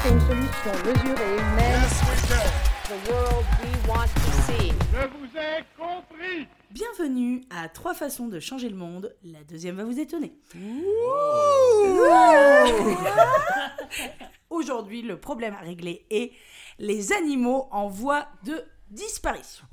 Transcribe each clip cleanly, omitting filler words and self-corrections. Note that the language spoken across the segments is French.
apporter une solution mesurée, humaine. The world we want to see. Je vous ai compris. Bienvenue à 3 façons de changer le monde. La deuxième va vous étonner. Aujourd'hui, le problème à régler est les animaux en voie de disparition.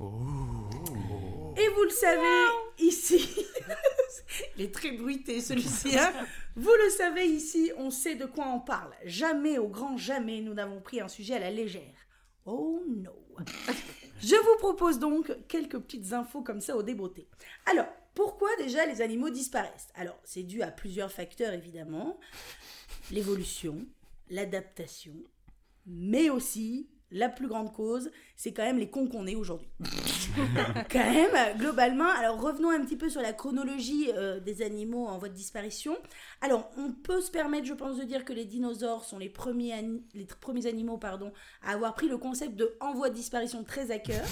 Et vous le savez, ici, il est très bruité celui-ci, hein. Vous le savez, ici, on sait de quoi on parle. Jamais, au grand jamais, nous n'avons pris un sujet à la légère. Oh no. Je vous propose donc quelques petites infos comme ça au débeauté. Alors, pourquoi déjà les animaux disparaissent ? Alors, c'est dû à plusieurs facteurs évidemment. L'évolution, l'adaptation, mais aussi, la plus grande cause, c'est quand même les cons qu'on est aujourd'hui. Quand même, globalement, alors revenons un petit peu sur la chronologie des animaux en voie de disparition. Alors, on peut se permettre, je pense, de dire que les dinosaures sont les premiers animaux à avoir pris le concept de en voie de disparition très à cœur.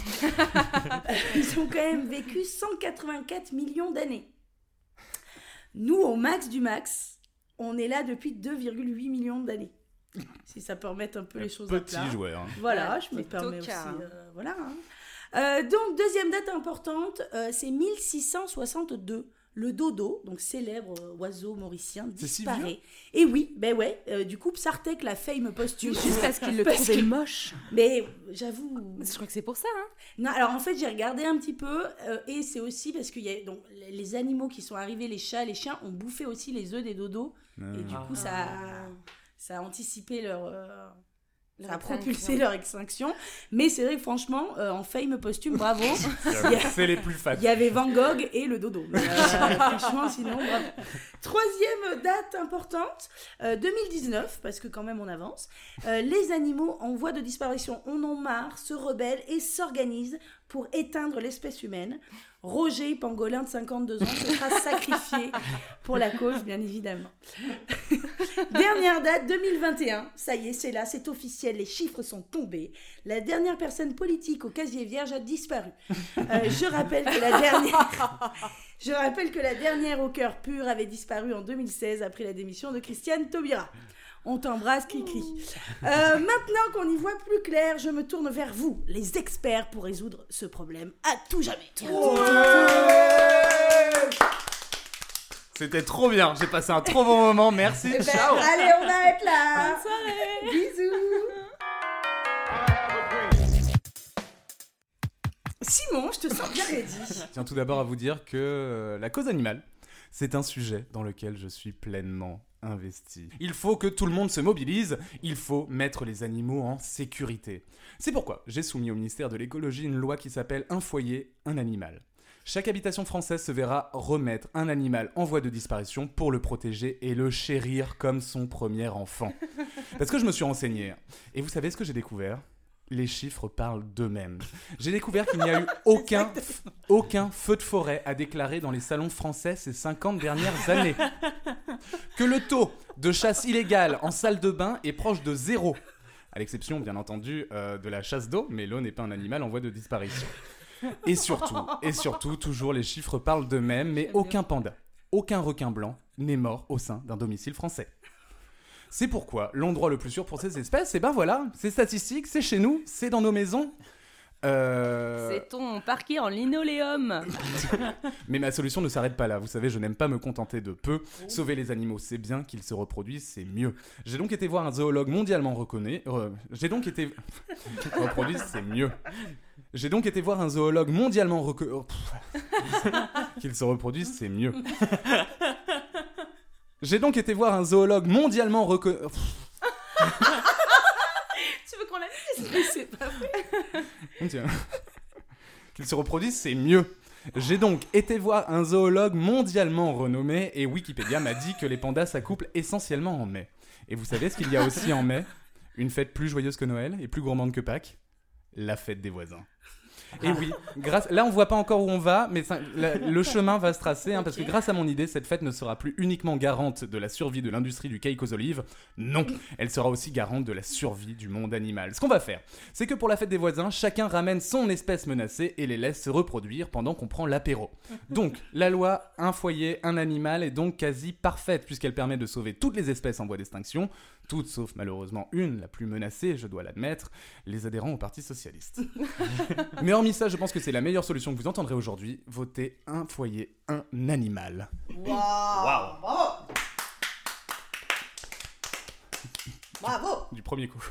Ils ont quand même vécu 184 millions d'années. Nous, au max du max, on est là depuis 2,8 millions d'années. Si ça peut remettre un peu les choses à plat. Petit joueur. Voilà, je me permets aussi. Voilà. Donc, deuxième date importante, c'est 1662. Le dodo, donc célèbre oiseau mauricien, disparaît. Et oui, ben ouais, du coup, Psartek, la fame posthume. Juste parce qu'il le trouvait moche. Mais j'avoue... Je crois que c'est pour ça, hein. Non, alors en fait, j'ai regardé un petit peu, et c'est aussi parce qu'il y a... Donc, les animaux qui sont arrivés, les chats, les chiens, ont bouffé aussi les œufs des dodos. Et du coup, ça a anticipé ça a propulsé leur extinction. Mais c'est vrai que franchement, en fame posthume, bravo. C'est les plus fat. Il y avait Van Gogh et le dodo. Franchement, sinon, bravo. Troisième date importante, 2019, parce que quand même on avance. Les animaux en voie de disparition en ont marre, se rebellent et s'organisent pour éteindre l'espèce humaine. Roger, pangolin de 52 ans, se sera sacrifié pour la cause, bien évidemment. Dernière date, 2021. Ça y est, c'est là, c'est officiel, les chiffres sont tombés. La dernière personne politique au casier vierge a disparu. Je rappelle que la dernière au cœur pur avait disparu en 2016 après la démission de Christiane Taubira. On t'embrasse, Cricri. Maintenant qu'on y voit plus clair, je me tourne vers vous, les experts, pour résoudre ce problème à tout jamais. C'était trop bien, j'ai passé un trop bon moment, merci. Ciao. Allez, on arrête là. Bonne soirée. Bisous. Simon, je te sens bien ready. Je tiens tout d'abord à vous dire que la cause animale, c'est un sujet dans lequel je suis pleinement investi. Il faut que tout le monde se mobilise, il faut mettre les animaux en sécurité. C'est pourquoi j'ai soumis au ministère de l'écologie une loi qui s'appelle « Un foyer, un animal ». Chaque habitation française se verra remettre un animal en voie de disparition pour le protéger et le chérir comme son premier enfant. Parce que je me suis renseigné, et vous savez ce que j'ai découvert ? Les chiffres parlent d'eux-mêmes. J'ai découvert qu'il n'y a eu aucun feu de forêt à déclarer dans les salons français ces 50 dernières années. Que le taux de chasse illégale en salle de bain est proche de 0. À l'exception, bien entendu, de la chasse d'eau, mais l'eau n'est pas un animal en voie de disparition. Et surtout, toujours les chiffres parlent d'eux-mêmes, mais aucun panda, aucun requin blanc n'est mort au sein d'un domicile français. C'est pourquoi l'endroit le plus sûr pour ces espèces, c'est statistique, c'est chez nous, c'est dans nos maisons. C'est ton parquet en linoléum. Mais ma solution ne s'arrête pas là. Vous savez, je n'aime pas me contenter de peu. Sauver les animaux, c'est bien. Qu'ils se reproduisent, c'est mieux. J'ai donc été voir un zoologue mondialement reconnu. Reproduisent, c'est mieux. J'ai donc été voir un zoologue mondialement reconnu. Qu'ils se reproduisent, c'est mieux. J'ai donc été voir un zoologue mondialement reconnu. Tu veux qu'on la dise ? Mais c'est pas vrai. Qu'ils se reproduisent, c'est mieux. J'ai donc été voir un zoologue mondialement renommé et Wikipédia m'a dit que les pandas s'accouplent essentiellement en mai. Et vous savez ce qu'il y a aussi en mai ? Une fête plus joyeuse que Noël et plus gourmande que Pâques ? La fête des voisins. Et oui, là on voit pas encore où on va, mais le chemin va se tracer, parce que grâce à mon idée, cette fête ne sera plus uniquement garante de la survie de l'industrie du cake aux olives, non, elle sera aussi garante de la survie du monde animal. Ce qu'on va faire, c'est que pour la fête des voisins, chacun ramène son espèce menacée et les laisse se reproduire pendant qu'on prend l'apéro. Donc, la loi un foyer, un animal est donc quasi parfaite, puisqu'elle permet de sauver toutes les espèces en voie d'extinction, toutes sauf malheureusement une, la plus menacée, je dois l'admettre, les adhérents au Parti Socialiste. Mais hormis ça, je pense que c'est la meilleure solution que vous entendrez aujourd'hui, voter un foyer, un animal. Waouh. Bravo. Du premier coup.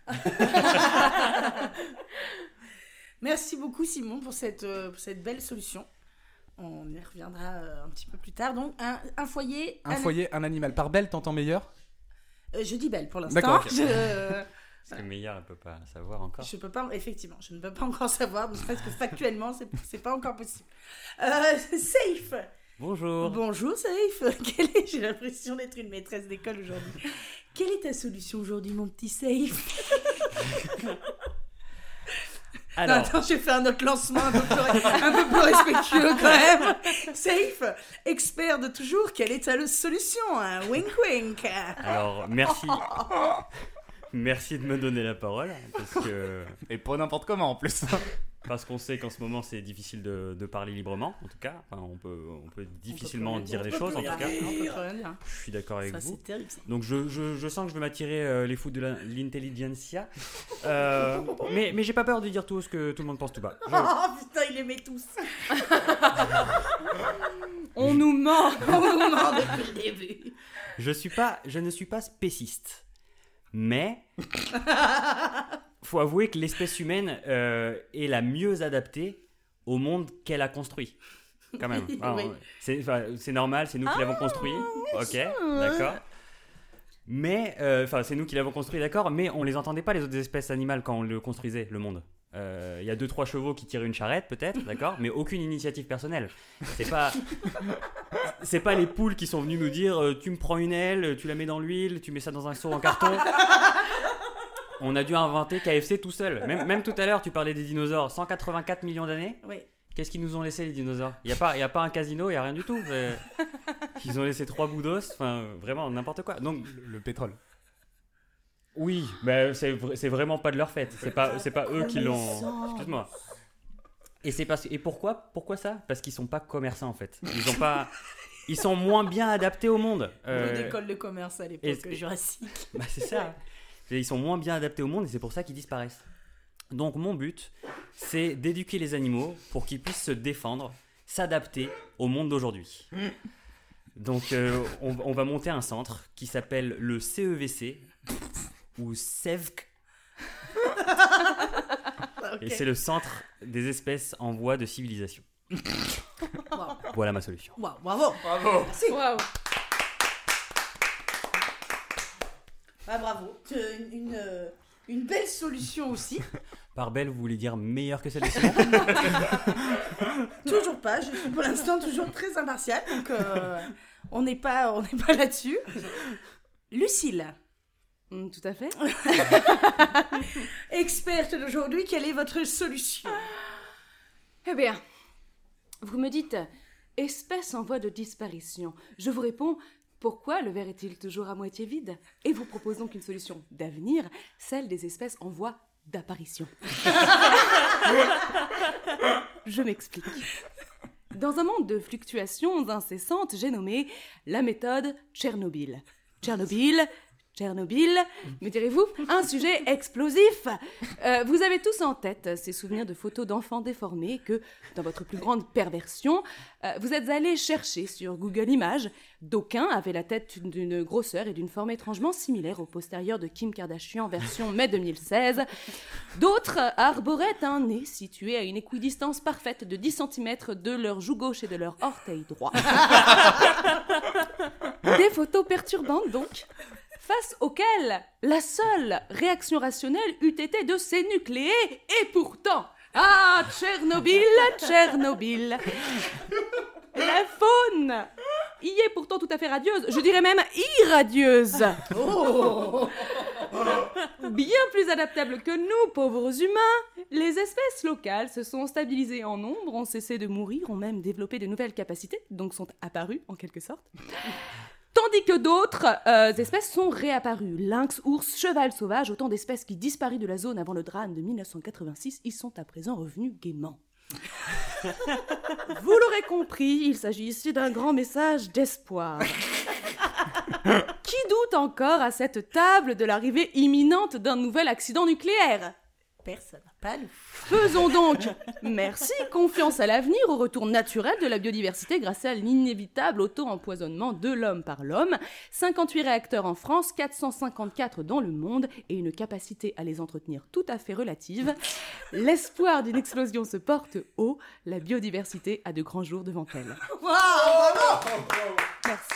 Merci beaucoup Simon pour cette belle solution. On y reviendra un petit peu plus tard. Donc un foyer... Un foyer, un animal. Par belle, t'entends meilleur ? Je dis belle pour l'instant. D'accord, ok. Parce que meilleur, elle peut pas savoir encore. Je peux pas, effectivement, je ne peux pas encore savoir, ne serait-ce que factuellement, c'est pas encore possible. Safe. Bonjour. Bonjour Safe. J'ai l'impression d'être une maîtresse d'école aujourd'hui. Quelle est ta solution aujourd'hui, mon petit Safe? Alors... Non, attends, j'ai fait un autre lancement un peu plus respectueux quand même. Safe, expert de toujours, quelle est ta solution, hein? Wink wink. Alors, merci de me donner la parole, parce que... Et pas n'importe comment en plus. Parce qu'on sait qu'en ce moment c'est difficile de parler librement, en tout cas. Enfin, on peut difficilement dire des choses, en tout cas. On peut rien dire. Je suis d'accord avec Ça, vous. c'est terrible, ça. Donc je sens que je vais m'attirer les fous de l'intelligentsia. Mais j'ai pas peur de dire tout ce que tout le monde pense tout bas. Oh putain, il les met tous. On nous ment. On nous ment depuis le début. Je ne suis pas spéciste. Mais faut avouer que l'espèce humaine est la mieux adaptée au monde qu'elle a construit. Quand même. Oui. C'est normal, c'est nous qui l'avons construit. Ok, d'accord. Mais, c'est nous qui l'avons construit, d'accord. Mais on les entendait pas, les autres espèces animales, quand on le construisait, le monde. Il y a 2-3 chevaux qui tirent une charrette, peut-être, d'accord. Mais aucune initiative personnelle. C'est pas les poules qui sont venues nous dire tu me prends une aile, tu la mets dans l'huile, tu mets ça dans un seau en carton. On a dû inventer KFC tout seul. Même tout à l'heure, tu parlais des dinosaures. 184 millions d'années. Oui. Qu'est-ce qu'ils nous ont laissé, les dinosaures ? Il y a pas un casino, il y a rien du tout. Ils ont laissé 3 bouts d'os, enfin vraiment n'importe quoi. Donc le pétrole. Oui, mais c'est vraiment pas de leur fait. C'est pas eux qui l'ont. Excuse-moi. Et pourquoi ça ? Parce qu'ils sont pas commerçants en fait. Ils sont moins bien adaptés au monde. Une école de commerce à l'époque jurassique. Bah c'est ça. Ils sont moins bien adaptés au monde et c'est pour ça qu'ils disparaissent. Donc mon but, c'est d'éduquer les animaux pour qu'ils puissent se défendre, s'adapter au monde d'aujourd'hui. Donc on va monter un centre qui s'appelle le CEVC ou CEVC. Okay. Et c'est le centre des espèces en voie de civilisation. Wow. Voilà ma solution. Wow, bravo. Merci. Wow. Ah, bravo. Une belle solution aussi. Par belle, vous voulez dire meilleure que celle de Simon ? Toujours pas. Je suis pour l'instant toujours très impartiale. Donc on n'est pas là-dessus. Lucille. Tout à fait. Experte d'aujourd'hui, quelle est votre solution ? Eh bien, vous me dites espèce en voie de disparition. Je vous réponds, pourquoi le verre est-il toujours à moitié vide ? Et vous propose donc une solution d'avenir, celle des espèces en voie d'apparition. Je m'explique. Dans un monde de fluctuations incessantes, j'ai nommé la méthode Tchernobyl. Tchernobyl, me direz-vous, un sujet explosif. Vous avez tous en tête ces souvenirs de photos d'enfants déformés que, dans votre plus grande perversion, vous êtes allés chercher sur Google Images. D'aucuns avaient la tête d'une grosseur et d'une forme étrangement similaire au postérieur de Kim Kardashian version mai 2016. D'autres arboraient un nez situé à une équidistance parfaite de 10 cm de leur joue gauche et de leur orteil droit. Des photos perturbantes donc, face auxquelles la seule réaction rationnelle eût été de s'énucléer, et pourtant, ah, Tchernobyl, la faune y est pourtant tout à fait radieuse, je dirais même irradieuse. Oh. Bien plus adaptables que nous, pauvres humains, les espèces locales se sont stabilisées en nombre, ont cessé de mourir, ont même développé de nouvelles capacités, donc sont apparues en quelque sorte. Tandis que d'autres espèces sont réapparues. Lynx, ours, cheval sauvage, autant d'espèces qui disparaient de la zone avant le drame de 1986, ils sont à présent revenus gaiement. Vous l'aurez compris, il s'agit ici d'un grand message d'espoir. Qui doute encore à cette table de l'arrivée imminente d'un nouvel accident nucléaire ? Personne, pas nous. Faisons donc, merci, confiance à l'avenir, au retour naturel de la biodiversité grâce à l'inévitable auto-empoisonnement de l'homme par l'homme. 58 réacteurs en France, 454 dans le monde et une capacité à les entretenir tout à fait relative. L'espoir d'une explosion se porte haut, la biodiversité a de grands jours devant elle. Merci.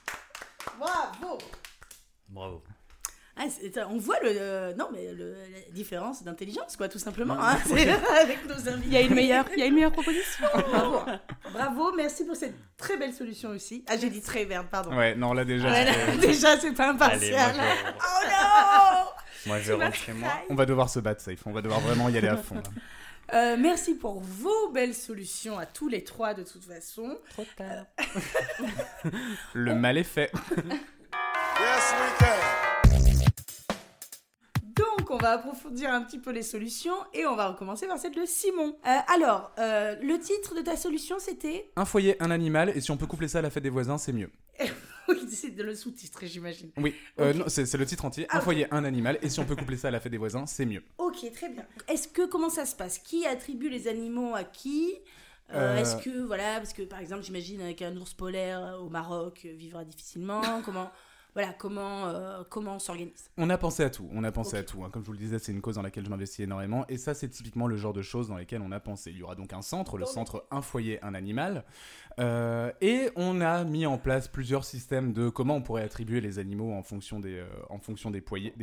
Bravo. Ah, on voit la différence d'intelligence, quoi, tout simplement. Hein, c'est avec nos invités. Il y a une meilleure proposition. Bravo, merci pour cette très belle solution aussi. Ah, j'ai dit très verte, pardon. Ouais, non, là déjà. Déjà, c'est pas impartial. Allez, Oh non! moi je rentre chez moi. On va devoir se battre, Safe. On va devoir vraiment y aller à fond. Là. Merci pour vos belles solutions à tous les trois, de toute façon. Trop tard. Le mal est fait. Yes, we can. Donc, on va approfondir un petit peu les solutions et on va recommencer par celle de Simon. Le titre de ta solution, c'était... Un foyer, un animal, et si on peut coupler ça à la fête des voisins, c'est mieux. Oui, c'est le sous-titre, j'imagine. Oui, Ok. non, c'est le titre entier. Un foyer, un animal, et si on peut coupler ça à la fête des voisins, c'est mieux. Ok, très bien. Comment ça se passe ? Qui attribue les animaux à qui ? Est-ce que, voilà, parce que par exemple, j'imagine avec un ours polaire au Maroc vivra difficilement. Comment on s'organise ? On a pensé à tout, à tout. Hein. Comme je vous le disais, c'est une cause dans laquelle je m'investis énormément. Et ça, c'est typiquement le genre de choses dans lesquelles on a pensé. Il y aura donc un centre, le centre Un foyer, un animal. Et on a mis en place plusieurs systèmes de comment on pourrait attribuer les animaux en fonction des foyers...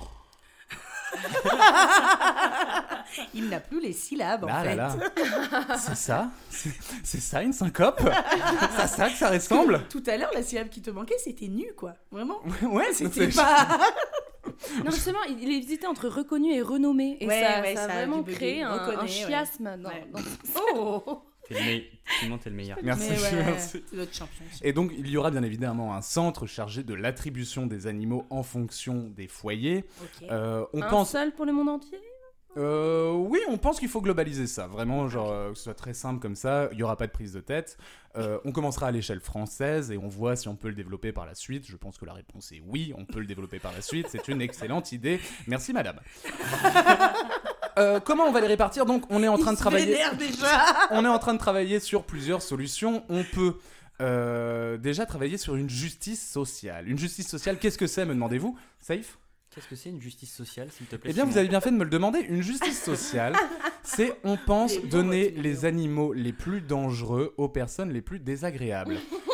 Il n'a plus les syllabes, en fait. Là. C'est ça ? C'est ça, une syncope ? C'est à ça que ça ressemble ? Tout à l'heure, la syllabe qui te manquait, c'était nu, quoi. Vraiment. Ouais, C'était pas... Non, justement, il hésitait entre reconnu et renommé. Et Ouais, ça a ça a vraiment dû bugger. créé un Reconnaît, chiasme. Ouais. dans- Simon, t'es le meilleur. Merci, Mais ouais, merci. c'est notre champion. Et donc, il y aura bien évidemment un centre chargé de l'attribution des animaux en fonction des foyers. Ok. On Un pense... seul pour le monde entier ? Oui, on pense qu'il faut globaliser ça. Vraiment, genre, que ce soit très simple comme ça. Il n'y aura pas de prise de tête. On commencera à l'échelle française et on voit si on peut le développer par la suite. Je pense que la réponse est oui, on peut le développer par la suite. C'est une excellente idée. Merci, madame. Comment on va les répartir ? Donc, on est en train de travailler... On est en train de travailler sur plusieurs solutions. On peut déjà travailler sur une justice sociale. Une justice sociale, qu'est-ce que c'est, me demandez-vous ? Safe ? Qu'est-ce que c'est une justice sociale, s'il te plaît? Eh bien, Simon vous avez bien fait de me le demander. Une justice sociale, c'est, on pense, donner les animaux les plus dangereux aux personnes les plus désagréables.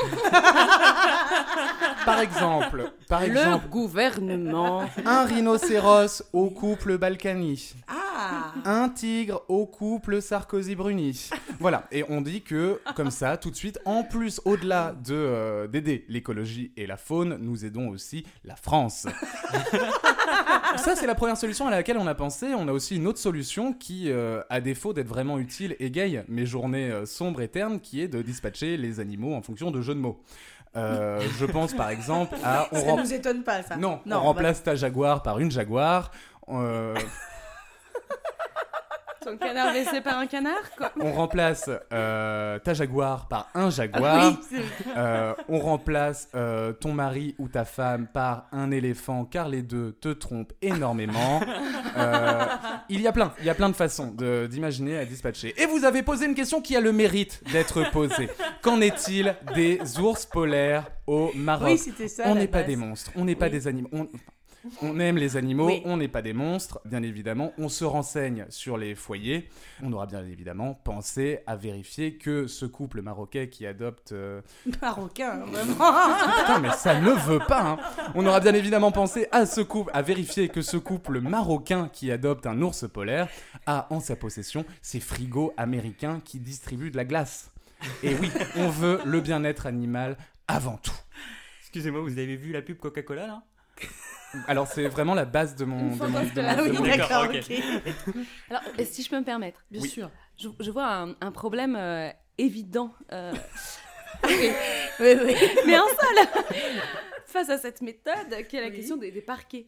Par exemple, Le gouvernement. un rhinocéros au couple Balkany. Ah. Un tigre au couple Sarkozy-Bruni. Voilà, et on dit que, comme ça, tout de suite, en plus, au-delà d'aider l'écologie et la faune, nous aidons aussi la France. Ça, c'est la première solution à laquelle on a pensé. On a aussi une autre solution qui, à défaut d'être vraiment utile, égaye mes journées sombres et ternes, qui est de dispatcher les animaux en fonction de jeux de mots. Je pense par exemple à... Ça nous étonne pas, ça. Non, on remplace ta jaguar par une jaguar. Ton canard laissé par un canard, quoi. On remplace ta jaguar par un jaguar. Oui, c'est... On remplace ton mari ou ta femme par un éléphant, car les deux te trompent énormément. Il y a plein de façons d'imaginer à dispatcher. Et vous avez posé une question qui a le mérite d'être posée. Qu'en est-il des ours polaires au Maroc? Oui, c'était ça. On la n'est pas base. des monstres, on n'est pas des animaux. On aime les animaux, Oui. on n'est pas des monstres, bien évidemment. On se renseigne sur les foyers. On aura bien évidemment pensé à vérifier que ce couple marocain qui adopte... Marocain, vraiment. Putain, mais ça ne veut pas, hein. On aura bien évidemment pensé à vérifier que ce couple marocain qui adopte un ours polaire a en sa possession ces frigos américains qui distribuent de la glace. Et oui, on veut le bien-être animal avant tout. Excusez-moi, vous avez vu la pub Coca-Cola là? Alors, c'est vraiment la base de mon... Ah oui, D'accord, d'accord, ok. ok. Alors, si je peux me permettre, Bien Oui. sûr. je vois un problème évident. Oui, oui. Mais un seul face à cette méthode, qui est la Oui. question des parquets.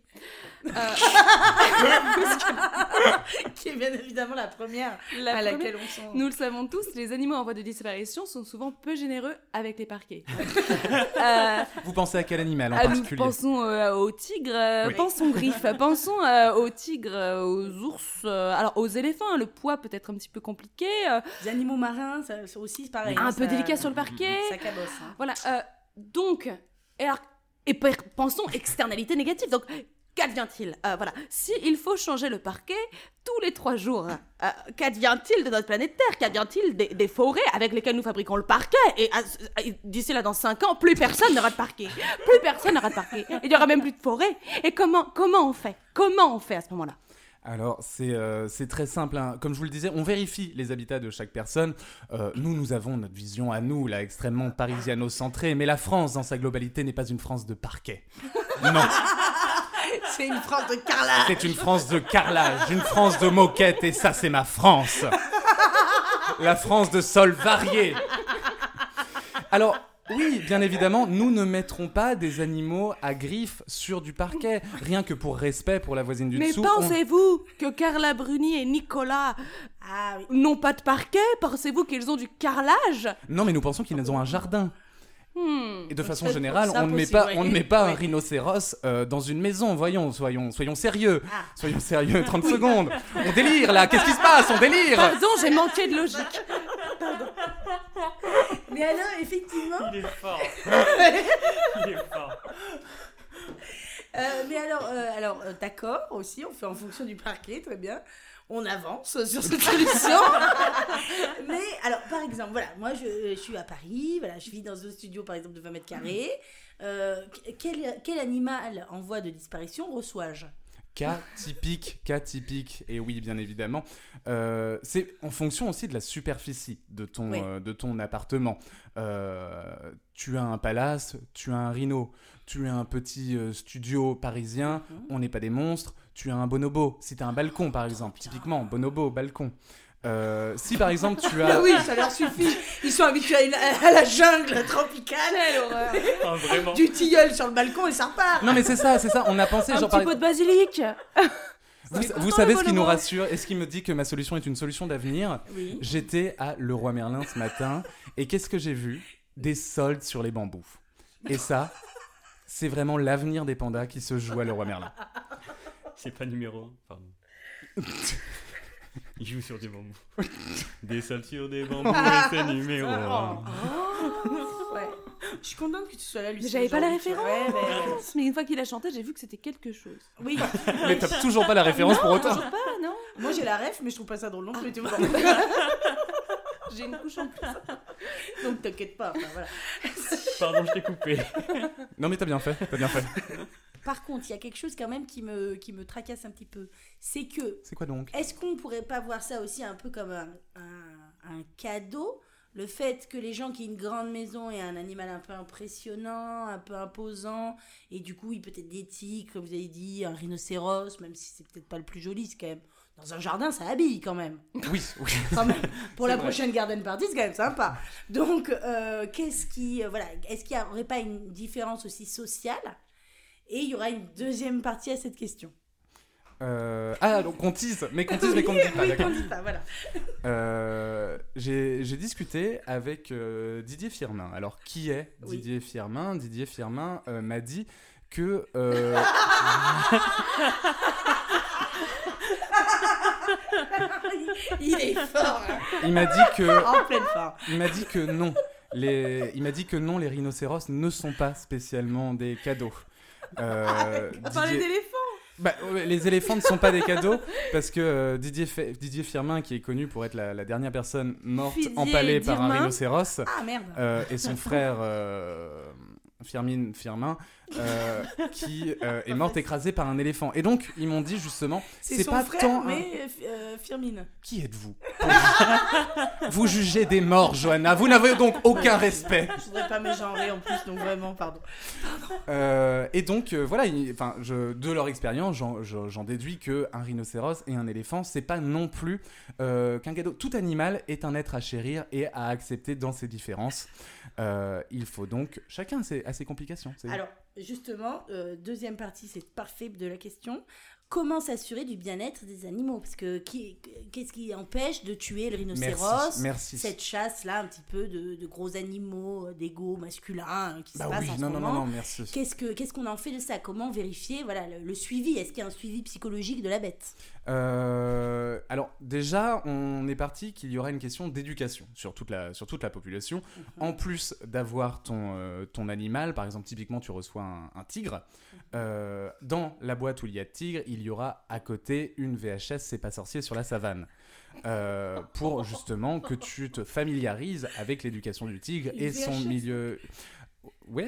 Qui est bien évidemment la première La à première- laquelle on sent. Nous le savons tous, les animaux en voie de disparition sont souvent peu généreux avec les parquets. Vous pensez à quel animal en Nous particulier? pensons aux tigres, Oui. pensons griffes, pensons aux tigres, aux ours, alors aux éléphants, le poids peut être un petit peu compliqué, Les animaux marins, ça aussi c'est pareil. un hein, peu ça- délicat sur le parquet. Ça cabosse. Hein. Voilà, donc, pensons externalité négative. Donc, qu'advient-il Voilà, s'il faut changer le parquet tous les 3 jours, qu'advient-il de notre planète Terre? Qu'advient-il des forêts avec lesquelles nous fabriquons le parquet? Et d'ici là, dans 5 ans, plus personne n'aura de parquet. Plus personne n'aura de parquet. Il n'y aura même plus de forêt. Et comment on fait? Comment on fait à ce moment-là? Alors, c'est très simple. Hein. Comme je vous le disais, on vérifie les habitats de chaque personne. Nous avons notre vision à nous, là, extrêmement parisiano-centrée. Mais la France, dans sa globalité, n'est pas une France de parquet. Non, C'est une France de carrelage. c'est une France de carrelage, une France de moquette, et ça, c'est ma France. La France de sols variés. Alors... Oui, bien évidemment, nous ne mettrons pas des animaux à griffes sur du parquet, rien que pour respect pour la voisine du Mais dessous. pensez-vous que Carla Bruni et Nicolas Ah oui. n'ont pas de parquet? Pensez-vous qu'ils ont du carrelage? Non, mais nous pensons qu'ils ont un jardin. Et de façon c'est- générale, c'est on ne met impossible, pas, ouais. on ne met pas un Ouais. rhinocéros dans une maison. Voyons, soyons sérieux. Ah. Soyons sérieux, 30 secondes. On délire là, qu'est-ce qui se passe? On délire. Pardon, j'ai manqué de logique. Mais alors, effectivement. Il est fort. Il est fort. Mais alors, d'accord aussi, on fait en fonction du parquet, très bien. On avance sur cette solution. Mais alors, par exemple, voilà, moi je suis à Paris, voilà, je vis dans un studio par exemple de 20 mètres carrés. Quel animal en voie de disparition reçois-je? Cas typique, et oui, bien évidemment. C'est en fonction aussi de la superficie de ton appartement. Tu as un palace, tu as un rhino, tu as un petit studio parisien, on n'est pas des monstres, tu as un bonobo. Si tu as un balcon, par exemple, typiquement, bonobo, balcon. Si par exemple tu as... Ah oui, ça leur suffit. Ils sont habitués à la jungle tropicale. Quelle horreur. Ah, vraiment. Du tilleul sur le balcon et ça repart. Non mais c'est ça, on a pensé... Un genre, petit pot de basilic. Vous savez ce qui nous rassure et ce qui me dit que ma solution est une solution d'avenir? Oui. J'étais à Leroy Merlin ce matin et qu'est-ce que j'ai vu? Des soldes sur les bambous. Et ça, c'est vraiment l'avenir des pandas qui se joue à Leroy Merlin. C'est pas numéro 1, pardon. Il joue sur des bambous. Des salles sur des bambous, et c'est numéro 1. Ouais. Je suis contente que tu sois là, Lucie. J'avais pas la aujourd'hui, tu vois. référence. Ouais, ouais. Mais une fois qu'il a chanté, j'ai vu que c'était quelque chose. Oui. Mais t'as toujours pas la référence pour autant. Toujours pas, non? Moi j'ai la ref, mais je trouve pas ça drôle non plus, tu vois. J'ai une couche en plus. Donc t'inquiète pas. Enfin, voilà. Pardon, je t'ai coupé. Non mais t'as bien fait. Par contre, il y a quelque chose quand même qui me tracasse un petit peu. C'est que, C'est quoi donc? est-ce qu'on pourrait pas voir ça aussi un peu comme un cadeau? Le fait que les gens qui ont une grande maison et un animal un peu impressionnant, un peu imposant, et du coup, il peut être des tigres, comme vous avez dit, un rhinocéros, même si c'est peut-être pas le plus joli, c'est quand même... Dans un jardin, ça habille quand même. Oui. Quand même. Pour la vrai. prochaine garden party, c'est quand même sympa. Donc, est-ce qu'il n'y aurait pas une différence aussi sociale? Et il y aura une deuxième partie à cette question. Donc on tease, mais qu'on ne dit pas, Oui, d'accord. qu'on dit pas, voilà. J'ai discuté avec Didier Firmin. Alors, qui est Oui. Didier Firmin? Didier Firmin m'a dit que... Il est fort, hein. il m'a dit que... En pleine forme. Il m'a dit que non. Il m'a dit que non, les rhinocéros ne sont pas spécialement des cadeaux. Parler d'éléphants. Bah, les éléphants ne sont pas des cadeaux parce que Didier Firmin, qui est connu pour être la dernière personne morte Didier empalée par un Dirmin. rhinocéros, Ah merde. et son frère Firmin qui est morte écrasée par un éléphant. Et donc, ils m'ont dit justement, C'est son pas frère, tant... mais Firmine. Qui êtes-vous Vous jugez des morts, Johanna. Vous n'avez donc aucun respect. Je voudrais pas me genrer en plus, donc vraiment, pardon. Et donc, voilà, de leur expérience, j'en déduis qu'un rhinocéros et un éléphant, c'est pas non plus qu'un cadeau. Tout animal est un être à chérir et à accepter dans ses différences. Il faut donc chacun a ses complications. Alors, justement, deuxième partie, c'est parfait de la question. Comment s'assurer du bien-être des animaux ? Parce que qu'est-ce qui empêche de tuer le rhinocéros ? Merci. Cette chasse-là, un petit peu de gros animaux, d'égaux masculins qui se passe en ce non, moment. non, merci. Qu'est-ce qu'on en fait de ça ? Comment vérifier le suivi ? Est-ce qu'il y a un suivi psychologique de la bête ? Alors déjà, on est parti qu'il y aura une question d'éducation sur toute la population. En plus d'avoir ton animal, par exemple, typiquement tu reçois un tigre, dans la boîte où il y a tigre, il y aura à côté une VHS C'est pas sorcier sur la savane. Pour justement que tu te familiarises avec l'éducation du tigre et son VHS. milieu... Ouais ?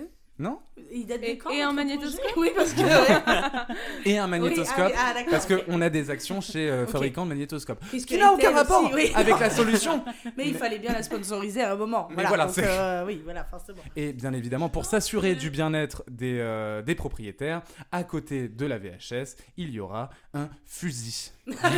Non ? Il date de quand, Et un votre magnétoscope ? projet ? Oui, parce que... Et un magnétoscope, Oui, d'accord, parce ok. qu'on a des actions chez fabricants de magnétoscopes. Puisque Qui n'a aucun Intel rapport aussi, oui. avec la solution. Mais il fallait bien la sponsoriser à un moment. Mais voilà, donc, c'est- oui, voilà, forcément. Et bien évidemment, pour s'assurer du bien-être des propriétaires, à côté de la VHS, il y aura un fusil.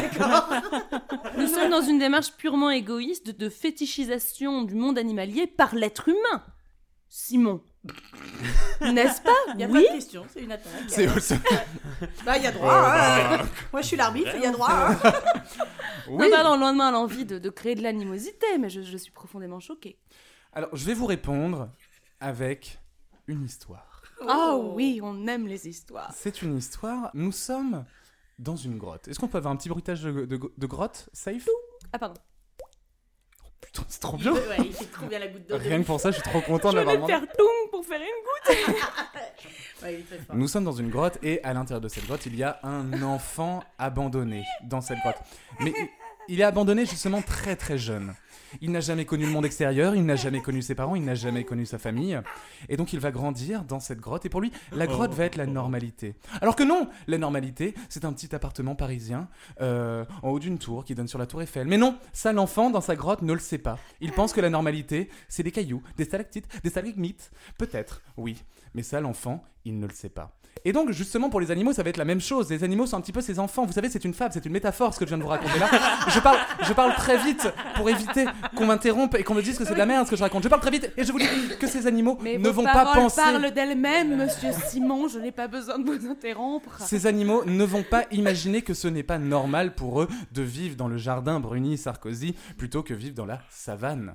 Nous sommes dans une démarche purement égoïste de fétichisation du monde animalier par l'être humain. Simon. N'est-ce pas ? Il n'y a Oui. pas de question, c'est une attaque. C'est Bah, il y a droit. hein. Moi, je suis l'arbitre, il y a droit. hein. oui. Non, pardon, loin de moi l'envie de créer de l'animosité, mais je suis profondément choquée. Alors, je vais vous répondre avec une histoire. Oh oui, on aime les histoires. C'est une histoire. Nous sommes dans une grotte. Est-ce qu'on peut avoir un petit bruitage de grotte safe? Ah pardon. Putain, c'est trop bien. Ouais, il fait trop bien la goutte d'eau. Rien que pour ça, je suis trop content Je de l'avoir vais demandé. faire toum pour faire une goutte. Ouais, il est très fort. Nous sommes dans une grotte et à l'intérieur de cette grotte, il y a un enfant abandonné dans cette grotte. Mais il est abandonné justement très très jeune. Il n'a jamais connu le monde extérieur, il n'a jamais connu ses parents, il n'a jamais connu sa famille. Et donc il va grandir dans cette grotte et pour lui, la grotte va être la normalité. Alors que non, la normalité, c'est un petit appartement parisien en haut d'une tour qui donne sur la tour Eiffel. Mais non, ça l'enfant dans sa grotte ne le sait pas. Il pense que la normalité, c'est des cailloux, des stalactites, des stalagmites. Peut-être, oui. Mais ça l'enfant, il ne le sait pas. Et donc, justement, pour les animaux, ça va être la même chose. Les animaux sont un petit peu ses enfants. Vous savez, c'est une fable, c'est une métaphore, ce que je viens de vous raconter là. Je parle très vite pour éviter qu'on m'interrompe et qu'on me dise que c'est de la merde ce que je raconte. Je parle très vite et je vous dis que ces animaux Mais ne vos vont pas paroles penser... parlent d'elles-mêmes, monsieur Simon. Je n'ai pas besoin de vous interrompre. Ces animaux ne vont pas imaginer que ce n'est pas normal pour eux de vivre dans le jardin Bruni-Sarkozy plutôt que vivre dans la savane.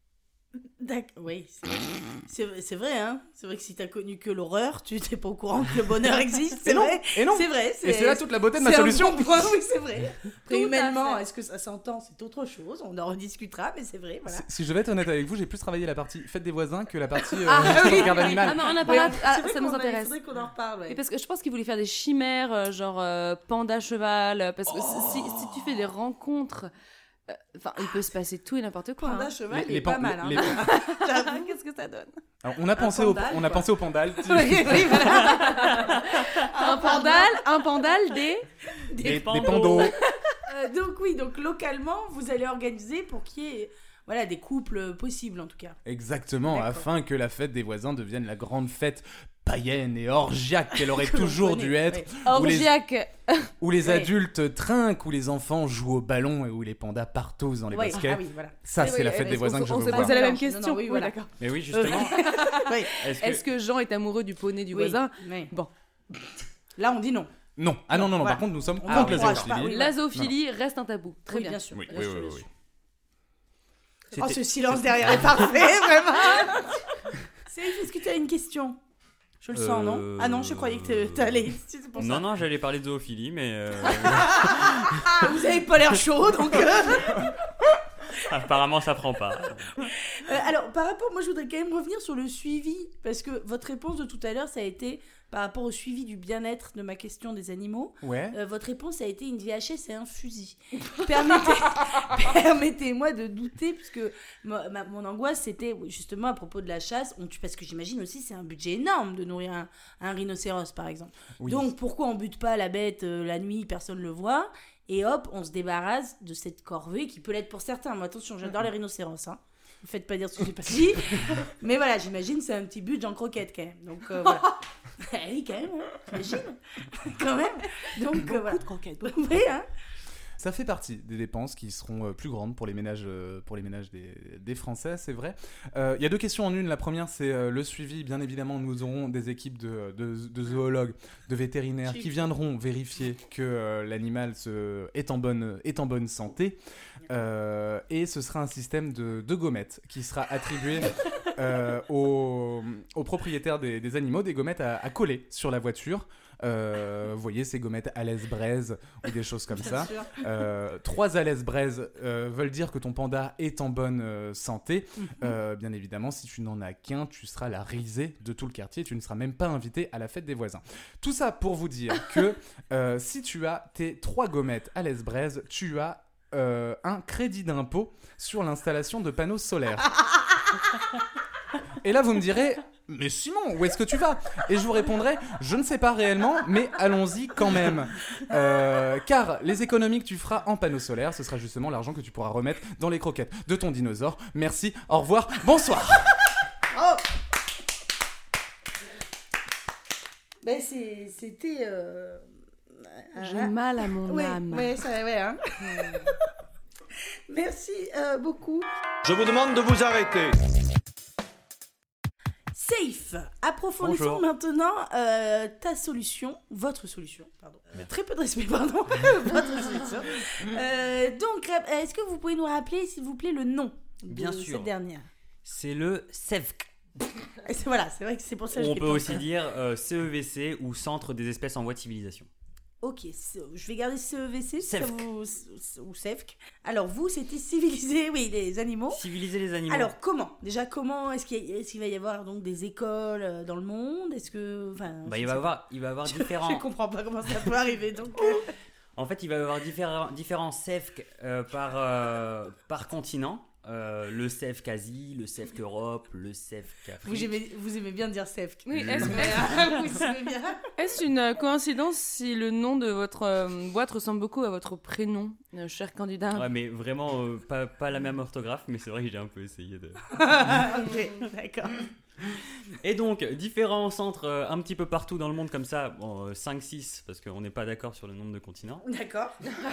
Oui, c'est vrai, hein. C'est vrai que si t'as connu que l'horreur, tu n'es pas au courant que le bonheur existe. C'est vrai. Et non. C'est vrai. Et c'est là toute la beauté de ma c'est un solution. bon point, oui, c'est vrai. Après, Tout à humainement, fait. est-ce que ça s'entend ? C'est autre chose. On en rediscutera, mais c'est vrai. Voilà. Si je vais être honnête avec vous, j'ai plus travaillé la partie fête des voisins que la partie oui. garde animale. Ah non, on n'a Oui, pas... c'est vrai ça nous qu'on intéresse. Il faudrait qu'on en reparle. Ouais. Et parce que je pense qu'il voulait faire des chimères, genre panda cheval, parce que si tu fais des rencontres, enfin, il peut se passer tout et n'importe quoi. Panda hein. cheval, il Les est pas pan- mal. Hein. les- J'avoue. Qu'est-ce que ça donne? Alors, on a pensé pandal, on a quoi. pensé au pandal. Oui, voilà. Un pandal, des Des pandos. pandos. Donc localement, vous allez organiser pour qu'il y ait des couples possibles en tout cas. Exactement, D'accord. afin que la fête des voisins devienne la grande fête païenne et orgiaque qu'elle aurait Que l'on toujours connaît, dû être, oui. orgiaques. où les Ouais. adultes trinquent, où les enfants jouent au ballon et où les pandas partent dans les Oui, baskets. ah oui, voilà. Ça, Oui, c'est oui, la fête est-ce des voisins qu'on que je on veux s'est voir. posé la même Non, non, question. oui, voilà. d'accord. Mais oui, justement. Oui. Est-ce que Jean est amoureux du poney du Oui, voisin? oui. Bon. Là, on dit non. Non, ah non, non, non, Voilà. par contre, nous sommes On contre la n'encourage pas, zoophilie. oui. La zoophilie reste un tabou. Très Oui, bien. sûr. Oui, Bien oui, sûr, oui, bien oui. sûr. C'était- Oh, ce silence derrière est parfait, vraiment. Est-ce que tu as une question? Je le sens, non? Ah non, je croyais que t'allais. C'est pour ça. Non, non, j'allais parler de zoophilie, mais Ah, vous avez pas l'air chaud, donc. apparemment ça prend pas. Alors, par rapport, moi je voudrais quand même revenir sur le suivi, parce que votre réponse de tout à l'heure, ça a été par rapport au suivi du bien-être de ma question des animaux. Ouais. Votre réponse a été une VHS et un fusil. Permettez-moi de douter, puisque mon angoisse, c'était justement à propos de la chasse, parce que j'imagine aussi c'est un budget énorme de nourrir un rhinocéros, par exemple. Oui. Donc, pourquoi on bute pas la bête la nuit, personne ne le voit, et hop, on se débarrasse de cette corvée qui peut l'être pour certains. Mais attention, j'adore les rhinocéros, hein. Ne faites pas dire ce que j'ai pas dit. Mais voilà, j'imagine c'est un petit budget en croquette quand même. Donc voilà. Oui, quand même, hein. J'imagine. Quand même. Donc voilà. de croquettes. Oui, hein. Ça fait partie des dépenses qui seront plus grandes pour les ménages des Français, c'est vrai. Il y a 2 questions en une. La première, c'est le suivi. Bien évidemment, nous aurons des équipes de zoologues, de vétérinaires qui viendront vérifier que l'animal est en bonne santé. Et ce sera un système de gommettes qui sera attribué aux propriétaires des animaux, des gommettes à coller sur la voiture. Vous voyez ces gommettes à l'aise braise ou des choses comme ça. 3 à l'aise braise veulent dire que ton panda est en bonne santé. Bien évidemment, si tu n'en as qu'un, tu seras la risée de tout le quartier. Tu ne seras même pas invité à la fête des voisins. Tout ça pour vous dire que si tu as tes 3 gommettes à l'aise braise, tu as un crédit d'impôt sur l'installation de panneaux solaires. Et là, vous me direz... Mais Simon, où est-ce que tu vas ? Et je vous répondrai, je ne sais pas réellement, mais allons-y quand même. Car les économies que tu feras en panneaux solaires, ce sera justement l'argent que tu pourras remettre dans les croquettes de ton dinosaure. Merci, au revoir, bonsoir. Oh. Ben c'était... J'ai mal à mon âme. Oui, ça, ouais, hein. Merci beaucoup. Je vous demande de vous arrêter. Safe. Approfondissons Bonjour. maintenant votre solution, pardon. Très peu de respect, pardon. Votre solution. Donc, est-ce que vous pouvez nous rappeler, s'il vous plaît, le nom Bien de sûr. cette dernière ? C'est le CEVC. Voilà, c'est vrai que c'est pour ça que On je peut l'ai pas. aussi dire CEVC ou Centre des espèces en voie de civilisation. Ok, je vais garder CEVC, si ça CEVC. ou CEVC. Alors, vous, c'était civiliser, oui, les animaux. Civiliser les animaux. Alors, comment ? Déjà, comment est-ce qu'il va y avoir donc des écoles dans le monde ? Est-ce que... Enfin, Bah, je il sais va y avoir différents... Je comprends pas comment ça peut arriver, donc... En fait, il va y avoir différents CEVC par continent. Le CEVC Asie, le CEVC Europe, le CEVC Afrique. Vous aimez bien dire CEVC. Oui, vous aimez bien. est-ce une coïncidence si le nom de votre boîte ressemble beaucoup à votre prénom, cher candidat ? Ouais, mais vraiment pas la même orthographe, mais c'est vrai que j'ai un peu essayé de... Ok, d'accord. Et donc, différents centres un petit peu partout dans le monde comme ça, bon, 5-6, parce qu'on n'est pas d'accord sur le nombre de continents. D'accord.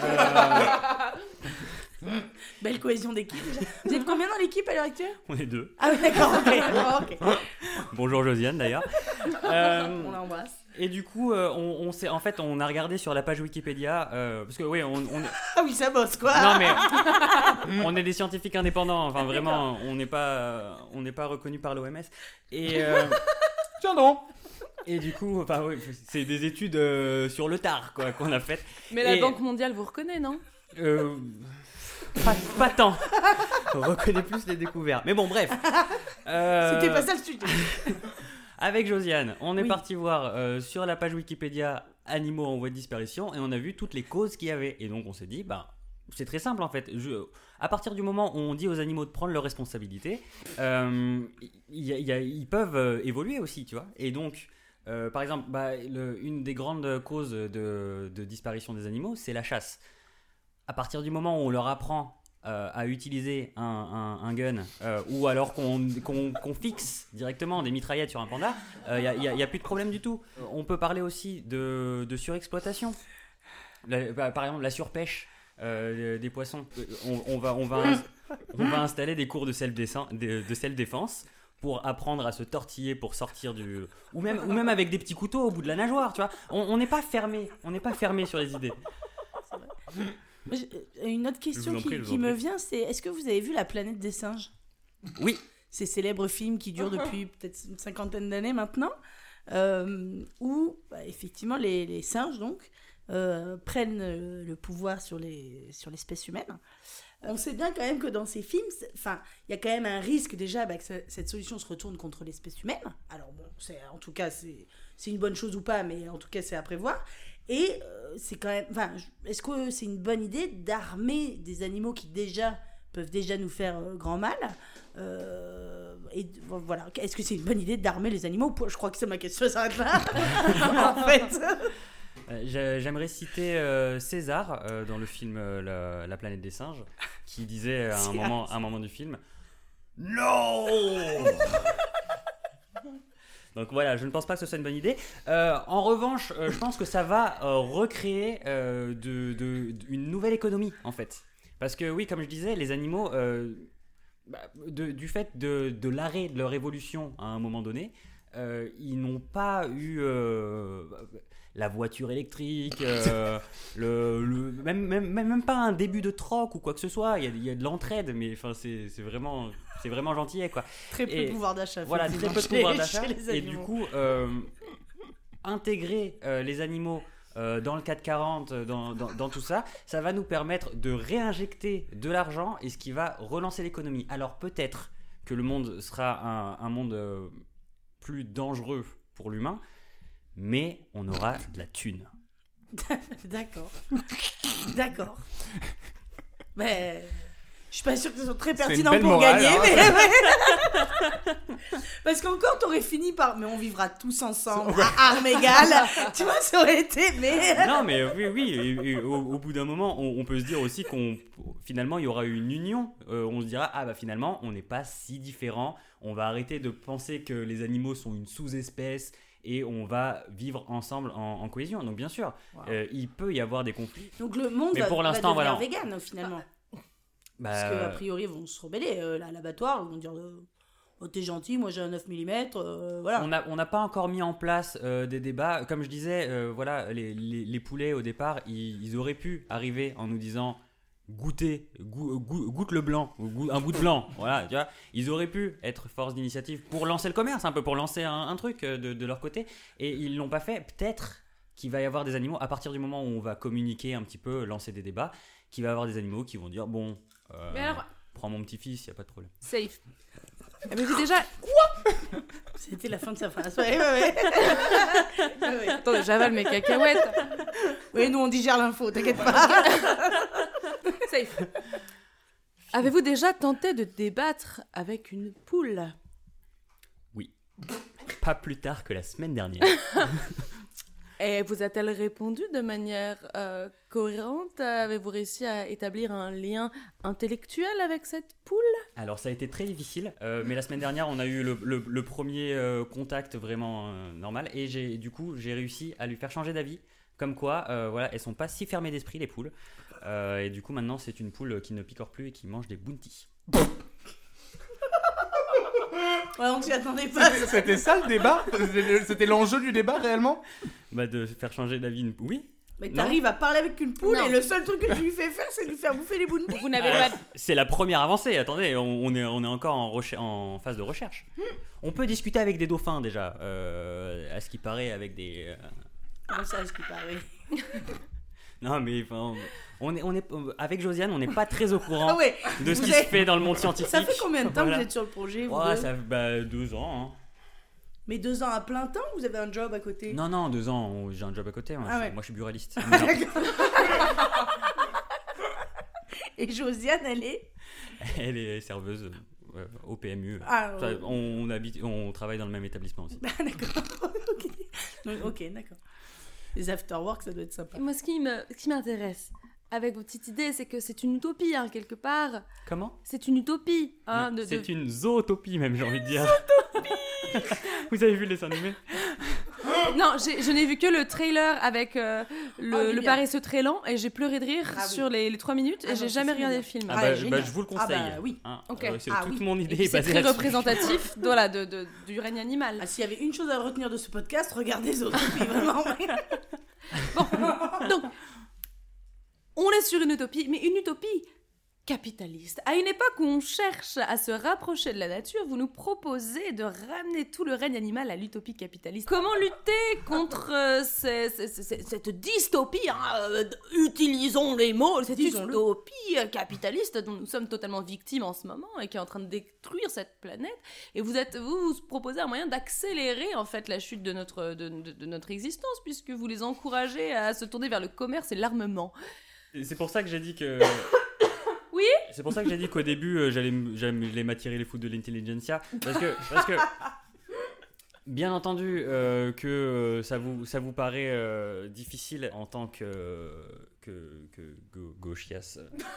Belle cohésion d'équipe déjà. Vous êtes combien dans l'équipe à l'heure actuelle ? On est 2. Ah oui, d'accord, ok. Bonjour Josiane d'ailleurs. On l'embrasse. Et du coup, on a regardé sur la page Wikipédia, parce que oui, Ah oui, ça bosse quoi. non mais on est des scientifiques indépendants, enfin vraiment, on n'est pas reconnus par l'OMS. Et Tiens donc. et du coup, enfin oui, c'est des études sur le tard quoi qu'on a faites. Mais la Et- Banque mondiale vous reconnaît, non ? Pas tant. On reconnaît plus les découvertes. Mais bon, bref. C'était pas ça le sujet. Avec Josiane, on est Oui. parti voir sur la page Wikipédia animaux en voie de disparition et on a vu toutes les causes qu'il y avait. Et donc on s'est dit, c'est très simple en fait. À partir du moment où on dit aux animaux de prendre leurs responsabilités, ils peuvent évoluer aussi, tu vois. Et donc, par exemple, une des grandes causes de disparition des animaux, c'est la chasse. À partir du moment où on leur apprend à utiliser un gun ou alors qu'on fixe directement des mitraillettes sur un panda, il n'y a plus de problème du tout. On peut parler aussi de surexploitation. Par exemple, la surpêche des poissons. On va installer des cours de self-défense pour apprendre à se tortiller pour sortir du... Ou même avec des petits couteaux au bout de la nageoire, tu vois. On n'est pas fermé. On n'est pas fermé sur les idées. Une autre question qui me vient, c'est est-ce que vous avez vu La planète des singes ? Oui. Ces célèbres films qui durent depuis peut-être une 50aine d'années maintenant, où effectivement les singes donc prennent le pouvoir sur l'espèce humaine. On sait bien quand même que dans ces films, il y a quand même un risque déjà que cette solution se retourne contre l'espèce humaine. Alors bon, en tout cas, c'est une bonne chose ou pas, mais en tout cas, c'est à prévoir. Et c'est quand même... est-ce que c'est une bonne idée d'armer des animaux qui peuvent déjà nous faire grand mal et voilà. Est-ce que c'est une bonne idée d'armer les animaux? Je crois que c'est ma question, ça s'arrête là. En fait... J'aimerais citer César dans le film La planète des singes, qui disait à un moment du film « Non !» Donc voilà, je ne pense pas que ce soit une bonne idée. En revanche, je pense que ça va recréer une nouvelle économie, en fait. Parce que oui, comme je disais, les animaux, du fait de l'arrêt de leur évolution à un moment donné, ils n'ont pas eu... la voiture électrique, même pas un début de troc ou quoi que ce soit. Il y a de l'entraide, mais c'est vraiment gentil, quoi. Très peu de pouvoir d'achat. Voilà, très peu de pouvoir d'achat. Et du coup, intégrer les animaux dans le 440, dans tout ça, ça va nous permettre de réinjecter de l'argent et ce qui va relancer l'économie. Alors peut-être que le monde sera un monde plus dangereux pour l'humain, mais on aura de la thune. D'accord. Mais je suis pas sûre que ce soit très pertinent pour morale, gagner, hein. mais parce qu'encore t'aurais fini par mais on vivra tous ensemble à armes égales. Tu vois, ça aurait été mais non, mais oui, et au bout d'un moment, on peut se dire aussi finalement il y aura une union. On se dira finalement on n'est pas si différents. On va arrêter de penser que les animaux sont une sous-espèce. Et on va vivre ensemble en cohésion. Donc bien sûr, il peut y avoir des conflits. Donc le monde va devenir vegan finalement. Parce qu'a priori ils vont se rebeller. À l'abattoir, ils vont dire oh, t'es gentil, moi j'ai un 9 mm. Voilà. On n'a pas encore mis en place des débats. Comme je disais, les poulets au départ, ils auraient pu arriver en nous disant... goûte le blanc, un bout de blanc, voilà, tu vois. Ils auraient pu être force d'initiative pour lancer le commerce, un peu pour lancer un truc de leur côté, et ils l'ont pas fait. Peut-être qu'il va y avoir des animaux, à partir du moment où on va communiquer un petit peu, lancer des débats, qu'il va y avoir des animaux qui vont dire bon, prends mon petit-fils, y a pas de problème. Safe. Mais j'ai déjà... C'était la fin de sa phrase. Ouais. Attends, j'avale mes cacahuètes. Oui, nous on digère l'info, t'inquiète pas. Safe. Avez-vous déjà tenté de débattre avec une poule? Oui. Pas plus tard que la semaine dernière. Et vous a-t-elle répondu de manière cohérente? Avez-vous réussi à établir un lien intellectuel avec cette poule? Alors ça a été très difficile, mais la semaine dernière on a eu le premier contact vraiment normal, et j'ai réussi à lui faire changer d'avis, comme quoi elles sont pas si fermées d'esprit, les poules, et du coup maintenant c'est une poule qui ne picore plus et qui mange des bounties. Ouais, on s'y attendait pas. C'était ça le débat? C'était l'enjeu du débat réellement? De faire changer d'avis, oui. Mais t'arrives à parler avec une poule et le seul truc que tu lui fais faire, c'est de lui faire bouffer les bounties. Vous n'avez pas... C'est la première avancée, attendez, on est encore en phase de recherche. On peut discuter avec des dauphins déjà, à ce qui paraît avec des... Comment ça, à ce qui paraît? Non mais on est avec Josiane, on n'est pas très au courant de ce qui se fait dans le monde scientifique. Ça fait combien de temps que vous êtes sur le projet, vous deux? Ça fait 2 ans. Hein. Mais 2 ans à plein temps ou vous avez un job à côté? Non, 2 ans, j'ai un job à côté. Moi, je suis buraliste. Et Josiane, elle est serveuse au PMU. Ouais. On travaille dans le même établissement aussi. D'accord. Ok, d'accord. Les afterwork, ça doit être sympa. Et moi, ce qui m'intéresse avec vos petites idées, c'est que c'est une utopie, quelque part. Comment? C'est une utopie. C'est une zootopie, même, j'ai envie de dire. Zootopie. Vous avez vu le dessin animé? Non, je n'ai vu que le trailer avec le paresseux très lent, et j'ai pleuré de rire sur les 3 minutes, et j'ai jamais regardé le film. Je vous le conseille. Oui. Okay. C'est toute mon idée. C'est très représentatif du règne animal. S'il y avait une chose à retenir de ce podcast, regardez Zootopie, vraiment. Bon, donc, on est sur une utopie, mais une utopie capitaliste. À une époque où on cherche à se rapprocher de la nature, vous nous proposez de ramener tout le règne animal à l'utopie capitaliste. Comment lutter contre cette dystopie, utilisons les mots, cette dystopie capitaliste dont nous sommes totalement victimes en ce moment et qui est en train de détruire cette planète. Et vous proposez un moyen d'accélérer en fait la chute de notre existence, puisque vous les encouragez à se tourner vers le commerce et l'armement. Et c'est pour ça que j'ai dit que... Oui. C'est pour ça que j'ai dit qu'au début, j'allais m'attirer les foudres de l'intelligentsia. Parce que bien entendu, que ça vous paraît difficile en tant que gauchias.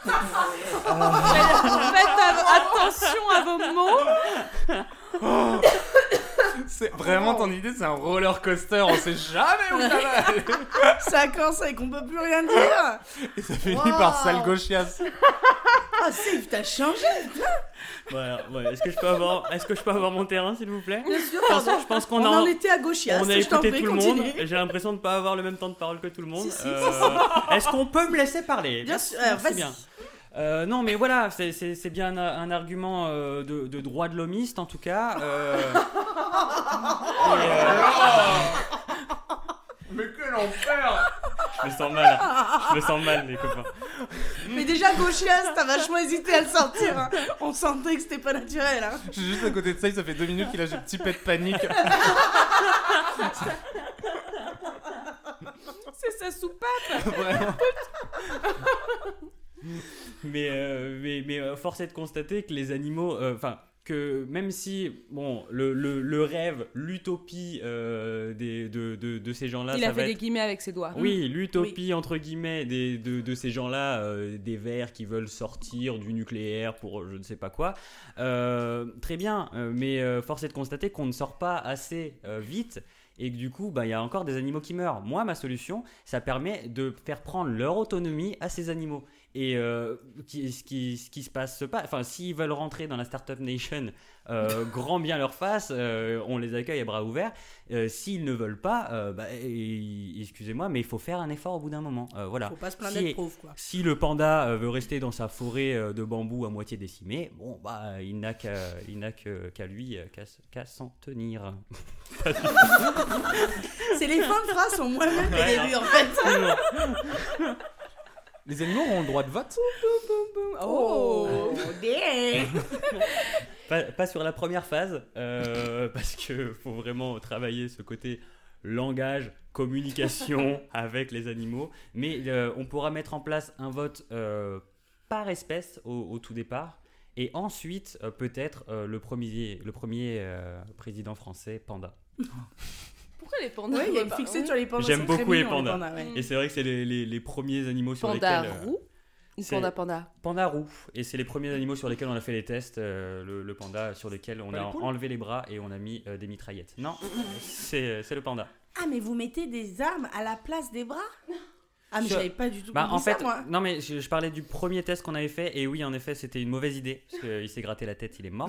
Faites attention à vos mots. C'est vraiment ton idée, c'est un roller coaster, on sait jamais où ça va aller. Ça commence et qu'on peut plus rien dire. Et ça finit par sale gauchias. Ah, Steve, t'as changé. Voilà, ouais. Est-ce que je peux avoir mon terrain, s'il vous plaît? Bien sûr. Je pense qu'on en était à gauchias. On a écouté tout le monde. J'ai l'impression de pas avoir le même temps de parole que tout le monde. Si, Est-ce qu'on peut me laisser parler? Bien sûr, Merci vas-y. bien. Non, mais voilà, c'est bien un argument de droit de l'homiste en tout cas. Mais quel enfer! Je me sens mal, les copains. Mais déjà, gauchias, t'as vachement hésité à le sortir. Hein. On sentait que c'était pas naturel. Hein. Je suis juste à côté de ça, ça fait 2 minutes qu'il a ce petit pet de panique. C'est sa soupape. Vraiment. Mais force est de constater que les animaux, que même si bon le rêve, l'utopie de ces gens-là, Il a fait des guillemets avec ses doigts. Oui, l'utopie entre guillemets de ces gens-là, des vers qui veulent sortir du nucléaire pour je ne sais pas quoi. Très bien, mais force est de constater qu'on ne sort pas assez vite. Et que du coup, il y a encore des animaux qui meurent. Moi, ma solution, ça permet de faire prendre leur autonomie à ces animaux. Et ce qui se passe pas. Enfin, s'ils veulent rentrer dans la Startup Nation, grand bien leur face, on les accueille à bras ouverts. S'ils ne veulent pas, excusez-moi, mais il faut faire un effort au bout d'un moment. Voilà. Faut pas se plaindre d'être pauvre, quoi. Si le panda veut rester dans sa forêt de bambou à moitié décimée, bon, il n'a qu'à lui qu'à s'en tenir. C'est les fins de phrase sont moins-même que les débuts, en fait. Les animaux ont le droit de vote? Oh, damn. Pas sur la première phase, parce que faut vraiment travailler ce côté langage, communication avec les animaux. Mais on pourra mettre en place un vote par espèce au tout départ. Et ensuite, peut-être le premier président français, panda. Pourquoi les pandas? Ouais, il y a une fixette sur les pandas. J'aime c'est très beaucoup les mignon, pandas. ouais. Et c'est vrai que c'est les premiers animaux sur Panda lesquels... roux ou c'est- panda? Panda roux. Et c'est les premiers animaux sur lesquels on a fait les tests. Le panda sur lequel on Pas a les poules enlevé les bras et on a mis des mitraillettes. Non, c'est le panda. Ah, mais vous mettez des armes à la place des bras? Ah, mais Sur- j'avais pas du tout Bah, compris en fait, ça, moi. non mais je parlais du premier test qu'on avait fait et oui en effet c'était une mauvaise idée parce qu'il s'est gratté la tête, il est mort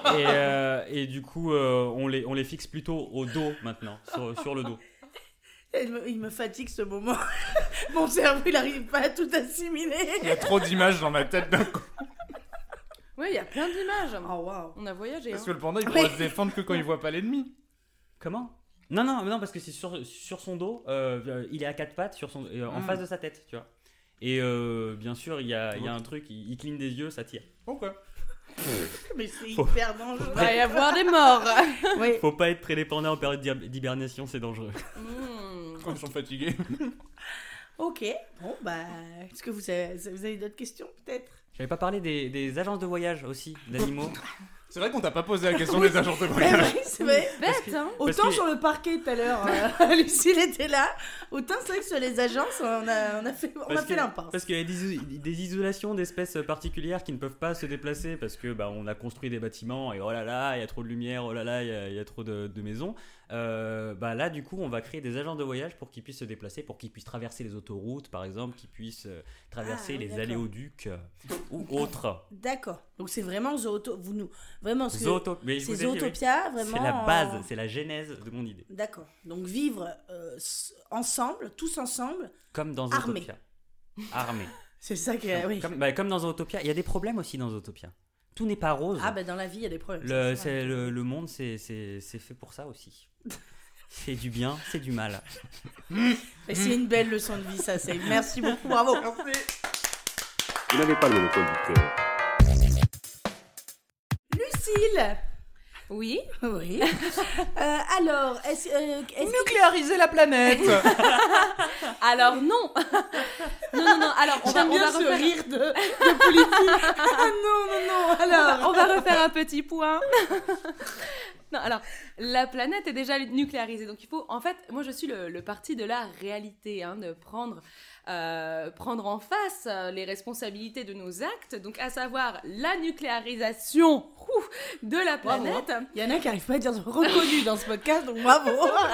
et du coup on les fixe plutôt au dos maintenant, sur le dos. Il me fatigue ce moment. Mon cerveau, il arrive pas à tout assimiler. Il y a trop d'images dans ma tête d'un coup. Oui, il y a plein d'images. Oh, waouh. On a voyagé. Parce Hein. que le panda, il pourra se défendre que quand il voit pas l'ennemi. Comment? Non parce que c'est sur son dos, il est à quatre pattes en face de sa tête, tu vois. Et bien sûr il y a un truc, il cligne des yeux, ça tire. Ok. Mais c'est hyper dangereux. Il va y avoir des morts. Oui. Faut pas être près des pandas en période d'hibernation, c'est dangereux. Quand ils sont fatigués. Ok. Bon, bah, est-ce que vous avez d'autres questions, peut-être? J'avais pas parlé des agences de voyage aussi, d'animaux. C'est vrai qu'on t'a pas posé la question des agents de Eh voyage. oui, c'est vrai. Bête, hein. Parce Autant que- sur le parquet tout à l'heure, Lucille était là. Autant c'est vrai que sur les agences, on a fait l'impasse. Parce qu'il y a des isolations d'espèces particulières qui ne peuvent pas se déplacer parce que on a construit des bâtiments et oh là là, il y a trop de lumière, oh là là, il y a trop de maisons. Là, du coup, on va créer des agences de voyage pour qu'ils puissent se déplacer, pour qu'ils puissent traverser les autoroutes, par exemple, qu'ils puissent traverser Ah, oui, les d'accord. aléoducs ou autres. D'accord. Donc c'est vraiment vraiment ce que- Mais je c'est vous ai dit, oui. Zootopia, vraiment. C'est la base, c'est la genèse de mon idée. D'accord. Donc vivre ensemble, tous ensemble. Comme dans Armé. Zootopia. Armé. C'est ça qui est... Oui. Comme dans Zootopia, il y a des problèmes aussi dans Zootopia. Tout n'est pas rose. Ah, dans la vie, il y a des problèmes. Le monde, c'est fait pour ça aussi. C'est du bien, c'est du mal. Et c'est une belle leçon de vie, ça, c'est. Merci beaucoup, bravo. Vous n'avez pas le monopole du cœur. Lucille. Oui. Oui. Alors, est-ce Nucléariser la planète. Alors non. non. Alors on va J'aime bien ce refaire... rire de politique. Ah non. Alors, on va refaire un petit point. Non, alors, la planète est déjà nucléarisée, donc il faut, en fait, moi je suis le parti de la réalité, de prendre en face les responsabilités de nos actes, donc à savoir la nucléarisation de la planète. il y en a qui n'arrivent pas à dire reconnu dans ce podcast, donc bravo.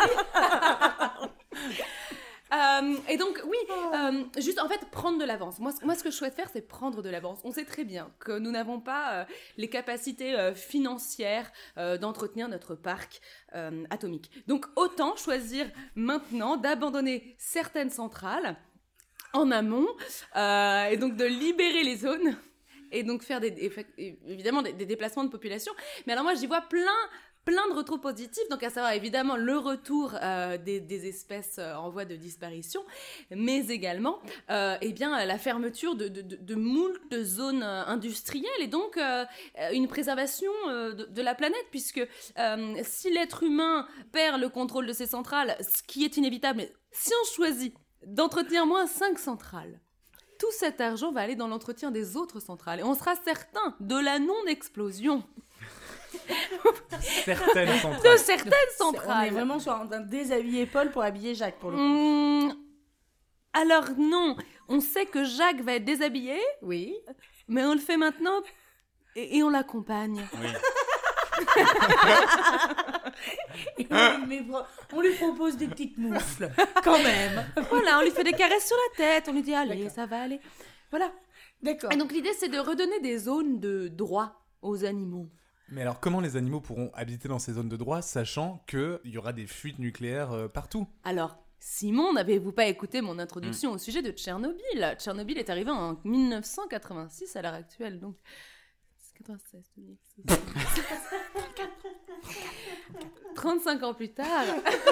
Et donc, oui, juste en fait, prendre de l'avance. Moi, ce que je souhaite faire, c'est prendre de l'avance. On sait très bien que nous n'avons pas les capacités financières d'entretenir notre parc atomique. Donc, autant choisir maintenant d'abandonner certaines centrales en amont et donc de libérer les zones et donc faire évidemment des déplacements de population. Mais alors moi, j'y vois plein de retours positifs, donc à savoir évidemment le retour des espèces en voie de disparition, mais également la fermeture de moult zones industrielles et donc une préservation de la planète, puisque si l'être humain perd le contrôle de ses centrales, ce qui est inévitable, si on choisit d'entretenir moins 5 centrales, tout cet argent va aller dans l'entretien des autres centrales et on sera certain de la non-explosion Certaines de certaines centrales. On est vraiment sur un déshabiller Paul pour habiller Jacques, pour le coup. Alors non, on sait que Jacques va être déshabillé, Oui. mais on le fait maintenant et on l'accompagne. Oui. Et on lui propose des petites moufles, quand même. Voilà, on lui fait des caresses sur la tête, on lui dit allez, ça va aller. Voilà. D'accord. Et donc l'idée c'est de redonner des zones de droit aux animaux. Mais alors, comment les animaux pourront habiter dans ces zones de droit, sachant qu'il y aura des fuites nucléaires partout ? Alors, Simon, n'avez-vous pas écouté mon introduction au sujet de Tchernobyl ? Tchernobyl est arrivé en 1986 à l'heure actuelle, donc... 96, 2006... 35 ans plus tard...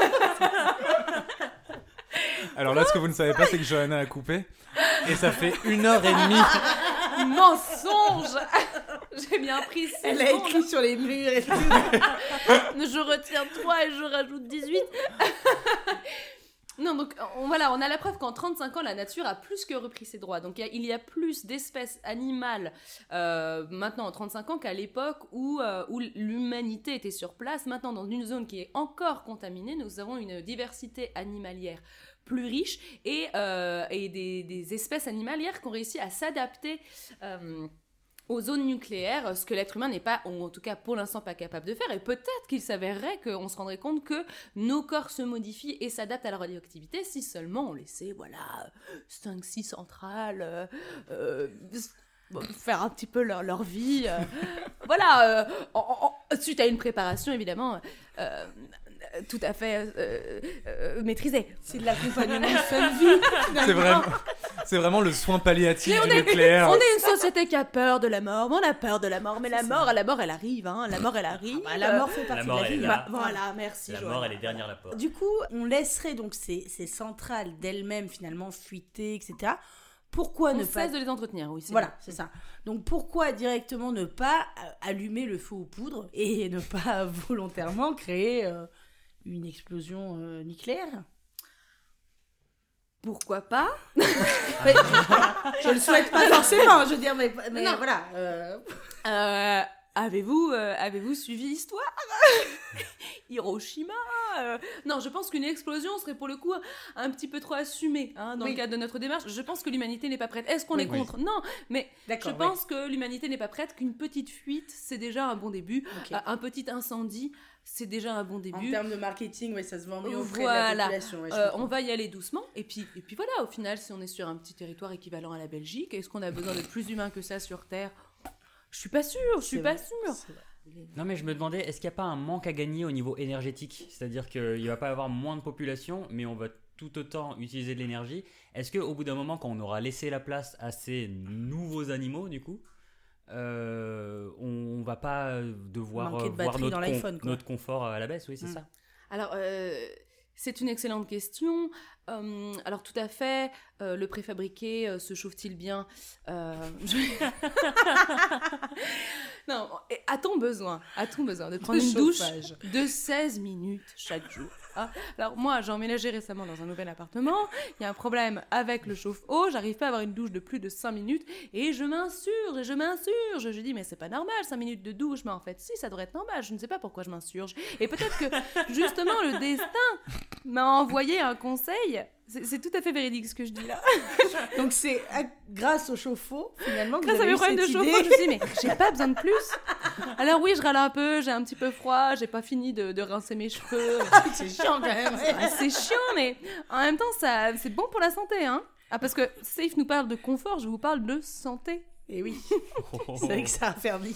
Alors là, ce que vous ne savez pas, c'est que Johanna a coupé, et ça fait 1h30. Mensonge. J'ai bien pris 6 Elle a écrit sur les murs et tout. Je retiens 3 et je rajoute 18. Non, donc on a la preuve qu'en 35 ans, la nature a plus que repris ses droits. Donc il y a plus d'espèces animales maintenant en 35 ans qu'à l'époque où l'humanité était sur place. Maintenant, dans une zone qui est encore contaminée, nous avons une diversité animalière plus riche et des espèces animalières qui ont réussi à s'adapter aux zones nucléaires, ce que l'être humain n'est pas, ou en tout cas pour l'instant, pas capable de faire. Et peut-être qu'il s'avérerait qu'on se rendrait compte que nos corps se modifient et s'adaptent à la radioactivité si seulement on laissait, 5-6 centrales faire un petit peu leur vie. Suite à une préparation, évidemment, tout à fait maîtrisée. C'est de l'accompagnement de fin de vie. C'est vraiment le soin palliatif du nucléaire. On est une société qui a peur de la mort, mais on a peur de la mort. Mais la mort, elle arrive, La mort, elle arrive. La mort fait partie de la vie. Voilà, merci. La mort, elle est derrière la porte. Du coup, on laisserait donc ces centrales d'elles-mêmes finalement fuiter, etc. Pourquoi ne pas... cesse de les entretenir, oui. Voilà, c'est ça. Donc pourquoi directement ne pas allumer le feu aux poudres et ne pas volontairement créer une explosion nucléaire ? Pourquoi pas ? Je le souhaite pas forcément, je veux dire, mais Non. voilà. Avez-vous suivi l'histoire ? Hiroshima Non, je pense qu'une explosion serait pour le coup un petit peu trop assumée dans le cadre de notre démarche. Je pense que l'humanité n'est pas prête. Est-ce qu'on est contre ? Non, mais je pense que l'humanité n'est pas prête, qu'une petite fuite, c'est déjà un bon début. Okay. Un petit incendie, c'est déjà un bon début. En termes de marketing, ça se vend mieux auprès de Voilà. la population. On va y aller doucement. Et puis voilà, au final, si on est sur un petit territoire équivalent à la Belgique, est-ce qu'on a besoin de plus d'humains que ça sur Terre ? Je suis pas sûre. Non, mais je me demandais, est-ce qu'il n'y a pas un manque à gagner au niveau énergétique ? C'est-à-dire qu'il ne va pas y avoir moins de population, mais on va tout autant utiliser de l'énergie. Est-ce qu'au bout d'un moment, quand on aura laissé la place à ces nouveaux animaux, du coup, on va pas devoir Manquer de voir batterie dans l'iPhone, quoi. notre confort à la baisse, oui, c'est ça. Alors, c'est une excellente question. Alors, tout à fait, le préfabriqué se chauffe-t-il bien Non, a-t-on besoin de prendre une douche de 16 minutes chaque jour Alors, moi, j'ai emménagé récemment dans un nouvel appartement. Il y a un problème avec le chauffe-eau. J'arrive pas à avoir une douche de plus de 5 minutes. Et je m'insurge. Je dis, mais c'est pas normal, 5 minutes de douche. Mais en fait, si, ça devrait être normal. Je ne sais pas pourquoi je m'insurge. Et peut-être que, justement, le destin m'a envoyé un conseil. C'est tout à fait véridique ce que je dis là. Donc c'est grâce au chauffe-eau, finalement, que Grâce vous à avez mes eu problèmes de cette chauffe-eau, idée. je me suis dit, mais j'ai pas besoin de plus. Alors oui, je râle un peu, j'ai un petit peu froid, j'ai pas fini de rincer mes cheveux. C'est chiant quand même. C'est chiant, mais en même temps, c'est bon pour la santé, hein. Ah, parce que Safe nous parle de confort, je vous parle de santé. Et oui, c'est vrai que ça a fermé.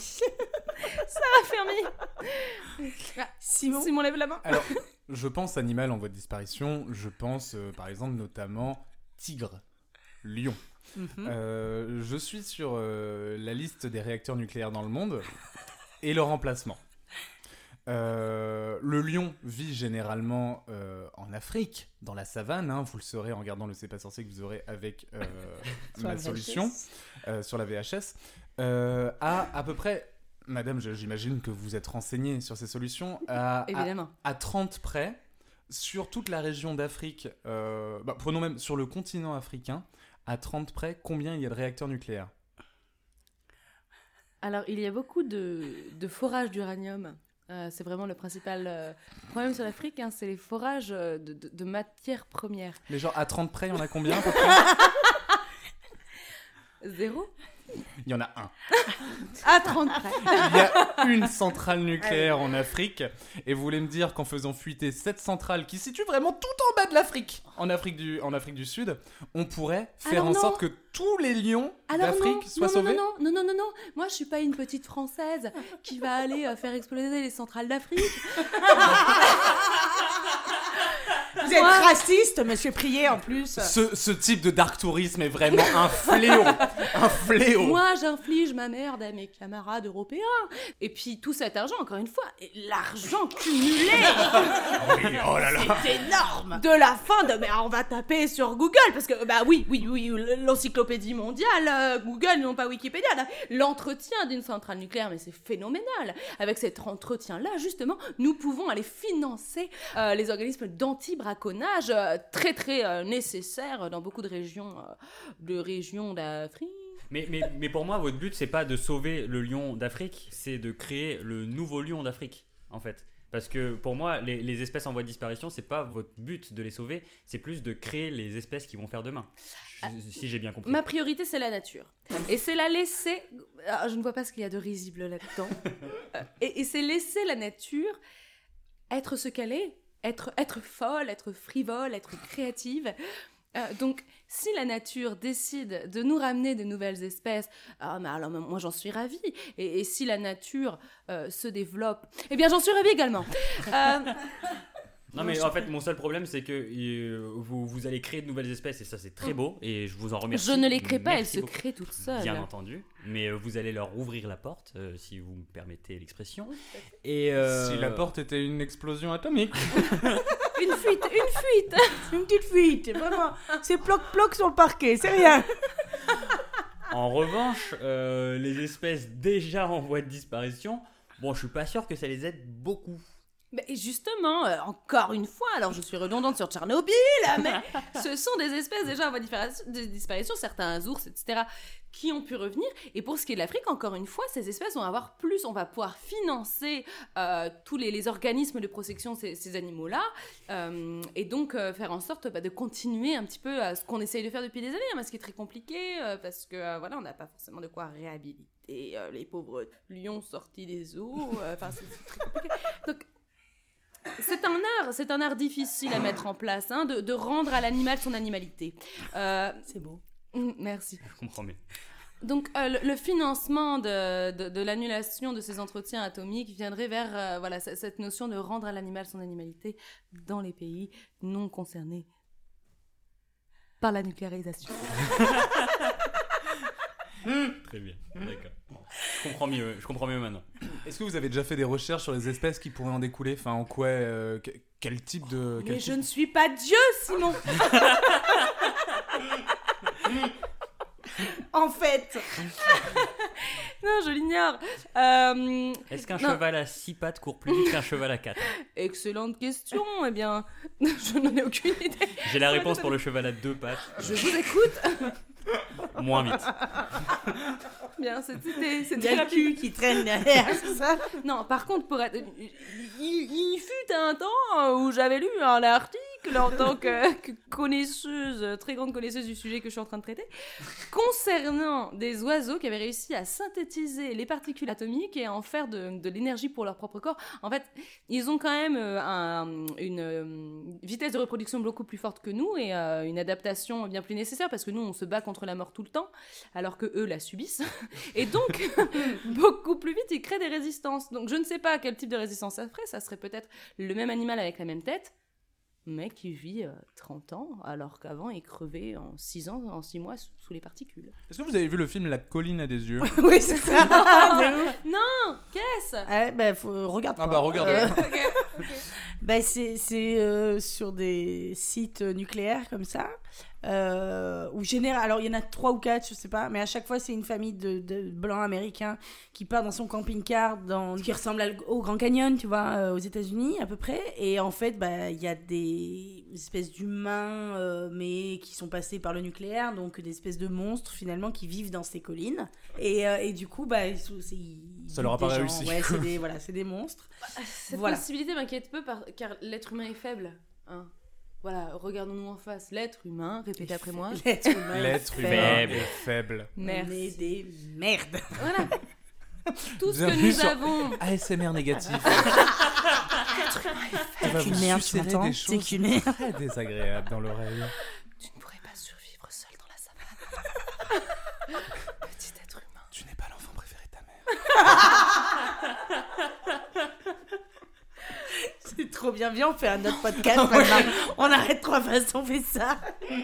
Simon lève la main. Alors, je pense animal en voie de disparition, je pense par exemple notamment tigre, lion. Je suis sur la liste des réacteurs nucléaires dans le monde et leur emplacement. Le lion vit généralement en Afrique, dans la savane, hein, vous le saurez en regardant le C'est pas sorcier que vous aurez avec ma solution sur la VHS. À peu près, madame, j'imagine que vous êtes renseignée sur ces solutions, Évidemment. à 30 près, sur toute la région d'Afrique, prenons même sur le continent africain, à 30 près, combien il y a de réacteurs nucléaires ? Alors, il y a beaucoup de forage d'uranium. C'est vraiment le principal problème sur l'Afrique, hein, c'est les forages de matières premières. Mais genre, à 30 près, il y en a combien à peu près ? 0 Il y en a un. À 30 près. Il y a une centrale nucléaire en Afrique, et vous voulez me dire qu'en faisant fuiter cette centrale qui se situe vraiment tout en bas de l'Afrique, en Afrique du Sud, on pourrait faire en sorte que tous les lions d'Afrique soient sauvés ? Non. Moi, je suis pas une petite Française qui va aller faire exploser les centrales d'Afrique. Vous êtes raciste, monsieur Prier, en plus. Ce type de dark tourisme est vraiment un fléau. Un fléau. Moi, j'inflige ma merde à mes camarades européens. Et puis, tout cet argent, encore une fois, l'argent cumulé. Oui, oh là là. C'est énorme. De la fin de... Mais on va taper sur Google, parce que, oui, l'encyclopédie mondiale, Google, non pas Wikipédia, là, l'entretien d'une centrale nucléaire, mais c'est phénoménal. Avec cet entretien-là, justement, nous pouvons aller financer les organismes d'anti-braconnage très, très nécessaires dans beaucoup de régions d'Afrique. Mais pour moi, votre but, c'est pas de sauver le lion d'Afrique, c'est de créer le nouveau lion d'Afrique, en fait. Parce que pour moi, les espèces en voie de disparition, c'est pas votre but de les sauver, c'est plus de créer les espèces qui vont faire demain. Si j'ai bien compris. Ma priorité, c'est la nature. Et c'est la laisser... Alors, je ne vois pas ce qu'il y a de risible là-dedans. Et c'est laisser la nature être ce qu'elle est. Être folle, être frivole, être créative. Donc, si la nature décide de nous ramener de nouvelles espèces, alors moi j'en suis ravie. Et si la nature se développe, eh bien j'en suis ravie également. Non, mais en fait, mon seul problème, c'est que vous allez créer de nouvelles espèces, et ça, c'est très beau, et je vous en remercie. Je ne les crée pas, elles Merci se beaucoup. créent toutes seules. Bien entendu, mais vous allez leur ouvrir la porte, si vous me permettez l'expression. Et Si la porte était une explosion atomique. Une fuite. Une petite fuite, vraiment. C'est ploc-ploc sur le parquet, c'est rien. En revanche, les espèces déjà en voie de disparition, bon, je suis pas sûr que ça les aide beaucoup. Mais justement, encore une fois, alors je suis redondante sur Tchernobyl, mais ce sont des espèces déjà en voie de disparition, certains ours, etc., qui ont pu revenir. Et pour ce qui est de l'Afrique, encore une fois, ces espèces vont avoir plus, on va pouvoir financer tous les organismes de protection de ces animaux-là, et donc faire en sorte de continuer un petit peu ce qu'on essaye de faire depuis des années, hein, ce qui est très compliqué, parce que voilà, on n'a pas forcément de quoi réhabiliter les pauvres lions sortis des eaux, c'est très compliqué. Donc, c'est un art difficile à mettre en place, hein, de rendre à l'animal son animalité. C'est beau. Merci. Je comprends mieux. Donc, le financement de l'annulation de ces entretiens atomiques viendrait vers cette notion de rendre à l'animal son animalité dans les pays non concernés par la nucléarisation. Très bien, d'accord. Je comprends mieux maintenant. Est-ce que vous avez déjà fait des recherches sur les espèces qui pourraient en découler ? Enfin, en quoi quel type de... Mais je ne suis pas Dieu, Simon. En fait, Non, je l'ignore. Est-ce qu'un Non. cheval à 6 pattes court plus vite qu'un cheval à 4 ? Excellente question. Eh bien, je n'en ai aucune idée. J'ai la réponse pour le cheval à 2 pattes. Je vous écoute. Moins vite. Bien, il y c'était a le rapide. cul qui traîne derrière, c'est ça? Non, par contre, il fut un temps où j'avais lu un article en tant que connaisseuse, très grande connaisseuse du sujet que je suis en train de traiter, concernant des oiseaux qui avaient réussi à synthétiser les particules atomiques et à en faire de l'énergie pour leur propre corps. En fait, ils ont quand même une vitesse de reproduction beaucoup plus forte que nous et une adaptation bien plus nécessaire parce que nous, on se bat contre la mort tout le temps, alors que eux la subissent. Et donc, beaucoup plus vite, ils créent des résistances. Donc, je ne sais pas quel type de résistance ça ferait. Ça serait peut-être le même animal avec la même tête, mais qui vit 30 ans, alors qu'avant, il crevait en 6 ans, en 6 mois, sous les particules. Est-ce que vous avez vu le film La colline a des yeux ? Oui, c'est ça. Non, qu'est-ce? Regarde pas. Ah bah regardez. C'est sur des sites nucléaires comme ça. Ou alors il y en a 3 ou 4, je sais pas, mais à chaque fois c'est une famille de blancs américains qui part dans son camping-car qui ressemble au Grand Canyon, tu vois, aux États-Unis à peu près, et en fait il y a des espèces d'humains mais qui sont passés par le nucléaire, donc des espèces de monstres finalement qui vivent dans ces collines, et du coup Ça leur a pas réussi. Ouais, c'est des monstres. Cette Voilà. possibilité m'inquiète peu car l'être humain est faible. Hein. Voilà, regardons-nous en face. L'être humain, répétez après moi. L'être humain L'être humain Faible. est faible. On est des merdes. Voilà. Tout ce que Bienvenue nous sur avons. ASMR négatif. C'est qu'une merde, tu succéder m'entends? des C'est choses qu'une merde. très désagréables dans l'oreille. Tu ne pourrais pas survivre seul dans la savane. Petit être humain. Tu n'es pas l'enfant préféré de ta mère. C'est trop bien. Viens, on fait un autre podcast maintenant. On arrête 3 faces, on fait ça.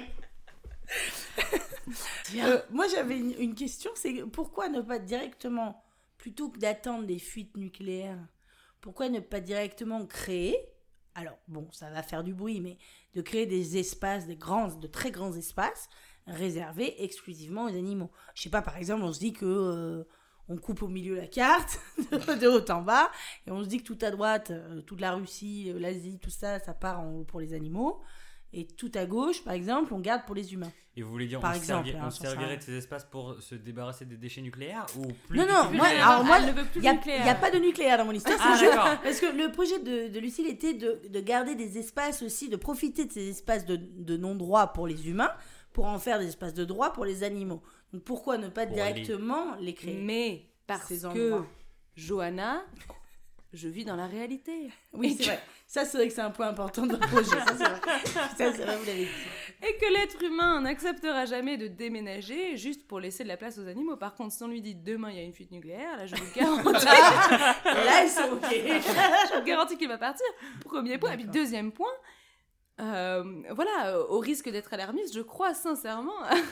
Moi, j'avais une question, c'est pourquoi ne pas directement, plutôt que d'attendre des fuites nucléaires, pourquoi ne pas directement créer, alors bon, ça va faire du bruit, mais de créer des espaces, de très grands espaces, réservés exclusivement aux animaux. Je sais pas, par exemple, on se dit que... on coupe au milieu la carte, de haut en bas, et on se dit que tout à droite, toute la Russie, l'Asie, tout ça, ça part pour les animaux. Et tout à gauche, par exemple, on garde pour les humains. Et vous voulez dire Par on exemple, on hein, servirait de ces espaces pour se débarrasser des déchets nucléaires ou plus Non, du non, tout moi, nucléaires alors moi, Elle ne veut plus il de n'y nucléaire. a pas de nucléaire dans mon histoire. Ah, c'est juste d'accord. parce que le projet de Lucille était de garder des espaces aussi, de profiter de ces espaces de non-droit pour les humains, pour en faire des espaces de droit pour les animaux. Donc pourquoi ne pas Pour directement les créer? Mais parce Ces que, endroits. Johanna, je vis dans la réalité. Oui, c'est vrai. Ça, c'est vrai que c'est un point important de votre projet. Ça, c'est vrai. Ça, c'est vrai, vous l'avez dit. Et que l'être humain n'acceptera jamais de déménager juste pour laisser de la place aux animaux. Par contre, si on lui dit demain il y a une fuite nucléaire, là je vous garantis, Là, ils sont OK. je vous garantis qu'il va partir. Premier point. Et puis deuxième point, voilà, au risque d'être alarmiste, je crois sincèrement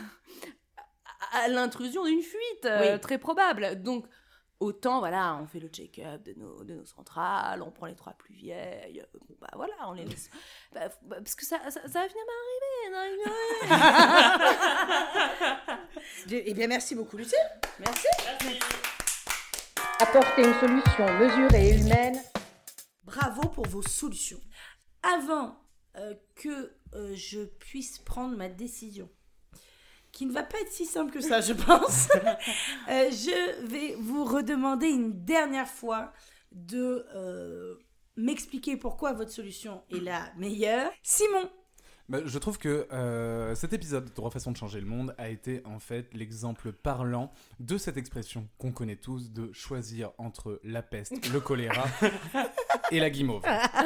à l'intrusion d'une fuite Oui. très probable. Donc autant, voilà, on fait le check-up de nos centrales, on prend les 3 plus vieilles, bon, bah voilà, on les laisse. Parce que ça va finir par arriver. Eh bien, merci beaucoup, Lucille. Merci. Apporter une solution mesurée et humaine. Bravo pour vos solutions. Avant que je puisse prendre ma décision, qui ne va pas être si simple que ça, je pense, je vais vous redemander une dernière fois de m'expliquer pourquoi votre solution est la meilleure. Simon. Je trouve que cet épisode de 3 façons de changer le monde a été en fait l'exemple parlant de cette expression qu'on connaît tous de choisir entre la peste, le choléra et la guimauve.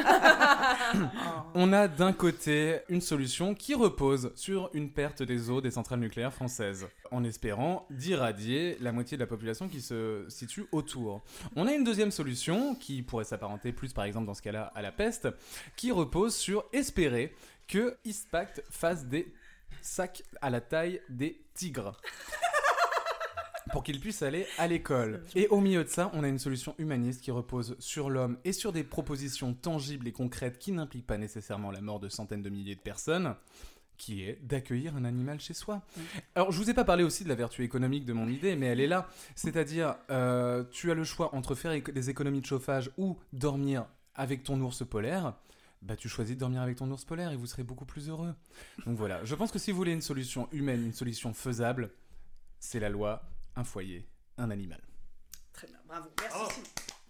On a d'un côté une solution qui repose sur une perte des eaux des centrales nucléaires françaises, en espérant d'irradier la moitié de la population qui se situe autour. On a une deuxième solution qui pourrait s'apparenter plus par exemple dans ce cas-là à la peste, qui repose sur espérer que Eastpact fasse des sacs à la taille des tigres. Pour qu'ils puissent aller à l'école. Et au milieu de ça, on a une solution humaniste qui repose sur l'homme et sur des propositions tangibles et concrètes qui n'impliquent pas nécessairement la mort de centaines de milliers de personnes, qui est d'accueillir un animal chez soi. Alors, je vous ai pas parlé aussi de la vertu économique de mon idée, mais elle est là. C'est-à-dire, tu as le choix entre faire des économies de chauffage ou dormir avec ton ours polaire. Bah, tu choisis de dormir avec ton ours polaire et vous serez beaucoup plus heureux. Donc voilà, je pense que si vous voulez une solution humaine, une solution faisable, c'est la loi. Un foyer, un animal. Très bien, bravo, merci.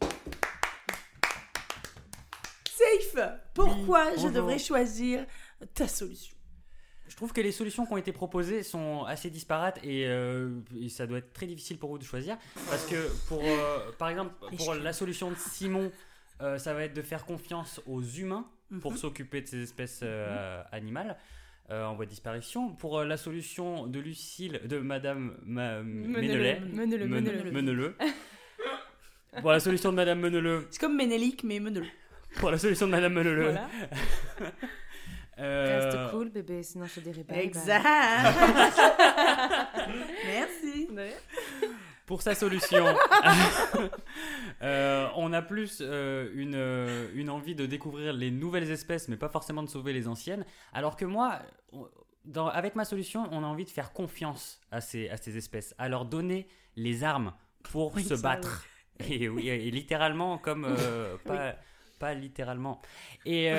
Safe, pourquoi je devrais choisir ta solution? Je trouve que les solutions qui ont été proposées sont assez disparates et ça doit être très difficile pour vous de choisir. Parce que, par exemple, pour la solution de Simon, ça va être de faire confiance aux humains pour s'occuper de ces espèces animales en voie de disparition. Pour la solution de Lucille, de Madame Meneleux. Pour la solution de Madame Meneleux. C'est comme Ménélique, mais Meneleux. Pour la solution de Madame Meneleux. Voilà. Reste cool, bébé, sinon je te dirai pas. Exact. Merci. Pour sa solution, on a plus une envie de découvrir les nouvelles espèces, mais pas forcément de sauver les anciennes. Alors que moi, avec ma solution, on a envie de faire confiance à ces espèces, à leur donner les armes pour se battre. Oui. Et littéralement, comme pas littéralement. Et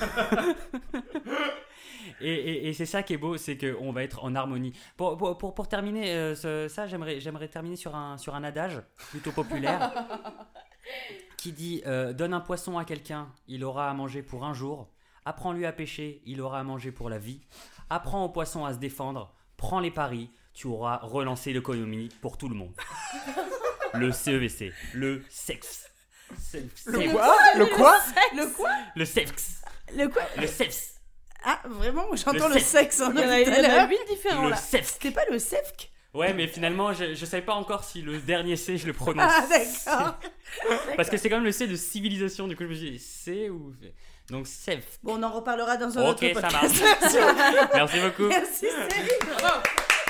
c'est ça qui est beau, c'est qu'on va être en harmonie. Pour terminer ça, j'aimerais terminer sur un adage plutôt populaire qui dit donne un poisson à quelqu'un, il aura à manger pour un jour. Apprends-lui à pêcher, il aura à manger pour la vie. Apprends au poisson à se défendre, prends les paris, tu auras relancé l'économie pour tout le monde. Le CEVC, le sexe. Le quoi? Le quoi? Le quoi? Le sexe. Le quoi? Le sexe. Ah, vraiment, j'entends Le le sexe. Il y en a 8 différents Le là. sexe. C'était pas le sefk? Ouais, mais finalement, je savais pas encore si le dernier C, je le prononce. Ah, d'accord. Parce que c'est quand même le C de civilisation, du coup, je me suis dit, C ou... Donc, CEF. Bon, on en reparlera dans un autre Ok, ça podcast. marche. Merci beaucoup. Merci, Céline. Bravo.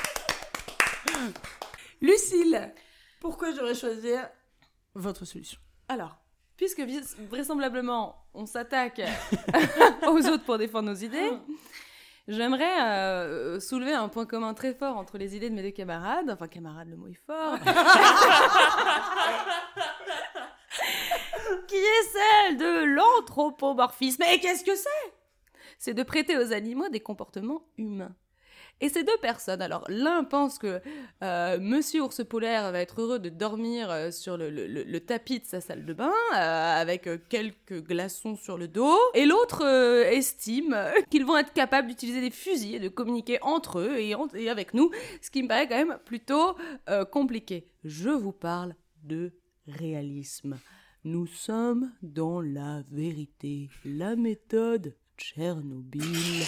Lucille, pourquoi j'aurais choisi votre solution? Alors, puisque vraisemblablement on s'attaque aux autres pour défendre nos idées, j'aimerais soulever un point commun très fort entre les idées de mes deux camarades. Enfin, camarades, le mot est fort. Qui est celle de l'anthropomorphisme. Et qu'est-ce que c'est? C'est de prêter aux animaux des comportements humains. Et ces deux personnes, alors l'un pense que Monsieur Ours Polaire va être heureux de dormir sur le tapis de sa salle de bain avec quelques glaçons sur le dos, et l'autre estime qu'ils vont être capables d'utiliser des fusils et de communiquer entre eux et avec nous, ce qui me paraît quand même plutôt compliqué. Je vous parle de réalisme. Nous sommes dans la vérité. La méthode Tchernobyl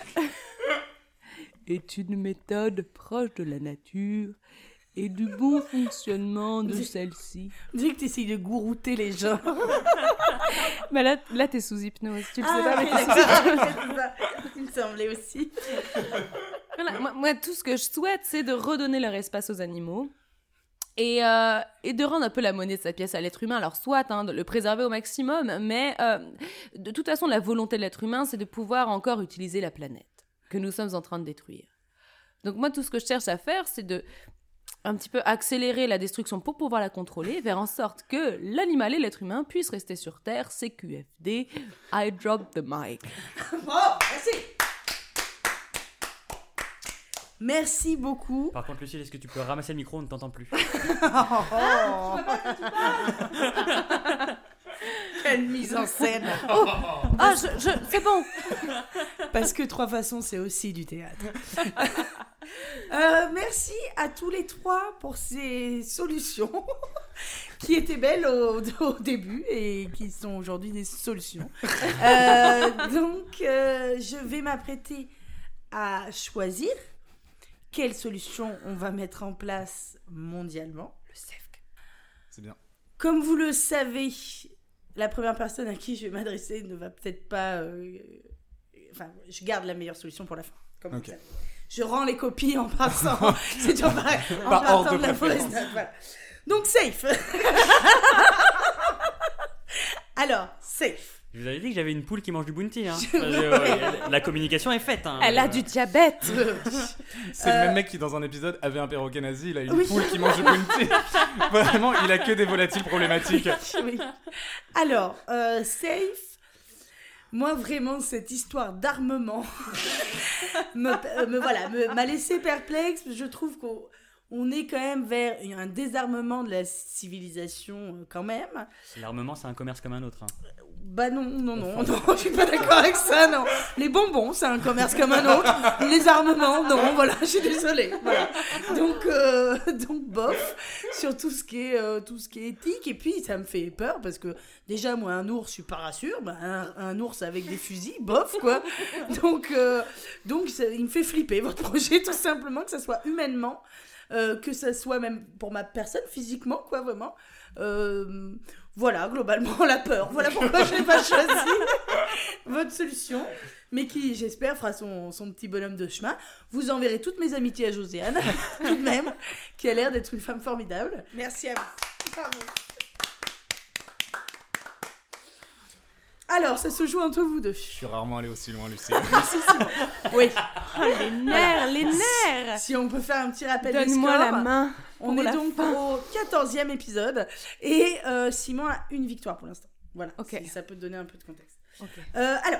est une méthode proche de la nature et du bon fonctionnement de celle-ci. On dirait que tu essayes de gourouter les gens. Mais là t'es sous hypnose, tu le sais pas, mais t'es d'accord. C'est ça. Il me semblait aussi. Voilà, moi, tout ce que je souhaite, c'est de redonner leur espace aux animaux et de rendre un peu la monnaie de sa pièce à l'être humain. Alors soit de le préserver au maximum, mais de toute façon, la volonté de l'être humain, c'est de pouvoir encore utiliser la planète que nous sommes en train de détruire. Donc moi, tout ce que je cherche à faire, c'est de un petit peu accélérer la destruction pour pouvoir la contrôler, faire en sorte que l'animal et l'être humain puissent rester sur Terre. CQFD, I drop the mic. Bon, merci. Merci beaucoup. Par contre, Lucille, est-ce que tu peux ramasser le micro? On ne t'entend plus. Quelle mise en scène. C'est bon. Parce que trois façons, c'est aussi du théâtre. Merci à tous les trois pour ces solutions qui étaient belles au début et qui sont aujourd'hui des solutions. Donc, je vais m'apprêter à choisir quelle solution on va mettre en place mondialement. Le CEFC. C'est bien. Comme vous le savez, la première personne à qui je vais m'adresser ne va peut-être pas... Enfin, je garde la meilleure solution pour la fin. Comme Ok. ça. Je rends les copies en passant. C'est toujours pareil. En Par partant ordre de de la préférence. fausse note, voilà. Donc, safe. Alors, safe. Je vous avais dit que j'avais une poule qui mange du bounty. Hein. La communication est faite. Hein. Elle a du diabète. C'est le même mec qui, dans un épisode, avait un perroquet nazi, il a une Oui. poule qui mange du bounty. Vraiment, il a que des volatiles problématiques. Oui. Alors, safe. Moi, vraiment, cette histoire d'armement m'a laissé perplexe. Je trouve qu'on est quand même vers un désarmement de la civilisation, quand même. L'armement, c'est un commerce comme un autre. Hein. Bah non, je suis pas d'accord avec ça, non. Les bonbons, c'est un commerce comme un autre. Les armements, non, voilà, je suis désolée. Voilà. Donc bof, sur tout ce qui est éthique. Et puis, ça me fait peur parce que déjà, moi, un ours, je suis pas rassure. Bah, un ours avec des fusils, bof, quoi. Donc ça, il me fait flipper, votre projet, tout simplement, que ça soit humainement, que ça soit même pour ma personne, physiquement, quoi, vraiment. Voilà, globalement, la peur. Voilà pourquoi je n'ai pas choisi votre solution, mais qui, j'espère, fera son petit bonhomme de chemin. Vous enverrez toutes mes amitiés à Josiane, tout de même, qui a l'air d'être une femme formidable. Merci à vous. Bravo. Alors, ça se joue entre vous deux. Je suis rarement allé aussi loin, Lucie. Oui. Oh, les nerfs. Si on peut faire un petit rappel des Donne-moi scores. la main. On est donc au 14e épisode et Simon a une victoire pour l'instant. Voilà, Ok. si ça peut te donner un peu de contexte. Ok. Alors,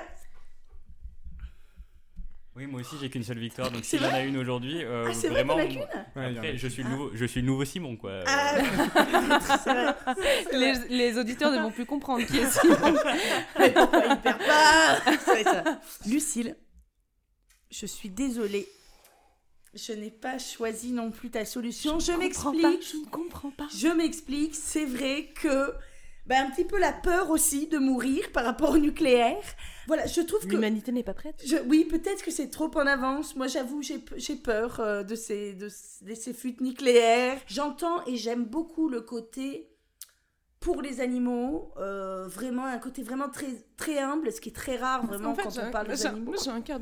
Oui, moi aussi, j'ai qu'une seule victoire. Donc, C'est s'il y en a vrai une aujourd'hui, c'est vrai vraiment. qu'on a qu'une. Ouais, il y en a Après, je suis le nouveau Simon, quoi. Ah, c'est vrai. Les auditeurs ne vont plus comprendre qui est Simon. Mais pourquoi il perd pas? C'est ça. Lucille, je suis désolée. Je n'ai pas choisi non plus ta solution. Je m'explique. Je ne comprends pas. Je m'explique. C'est vrai que un petit peu la peur aussi de mourir par rapport au nucléaire. Voilà, je trouve que L'humanité n'est pas prête. oui, peut-être que c'est trop en avance. Moi, j'avoue, j'ai peur de ces fuites nucléaires. J'entends et j'aime beaucoup le côté pour les animaux, vraiment un côté vraiment très, très humble, ce qui est très rare vraiment quand on parle des animaux. J'ai un cœur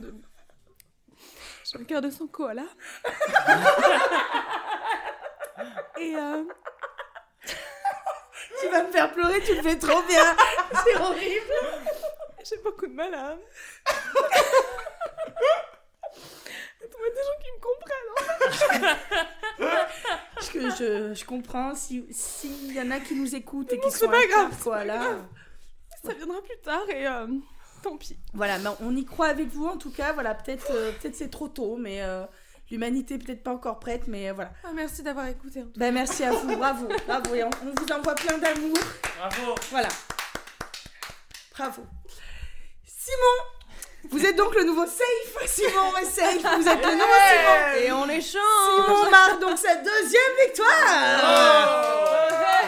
de sang koala. Et Tu vas me faire pleurer, tu le fais trop bien. C'est horrible. j'ai beaucoup de mal à trouver des gens qui me comprennent. Je comprends. S'il y en a qui nous écoutent et qui c'est sont pas grave, quoi, là. Ça viendra plus tard et tant pis. Voilà, mais on y croit avec vous en tout cas. Voilà, peut-être c'est trop tôt, mais l'humanité est peut-être pas encore prête, mais voilà. Ah, merci d'avoir écouté. Merci à vous, bravo. Et on vous envoie plein d'amour. Bravo. Voilà. Bravo. Simon, vous êtes donc le nouveau safe. Simon est safe, vous êtes le nouveau Simon. Et on les chante. Simon marque donc sa deuxième victoire.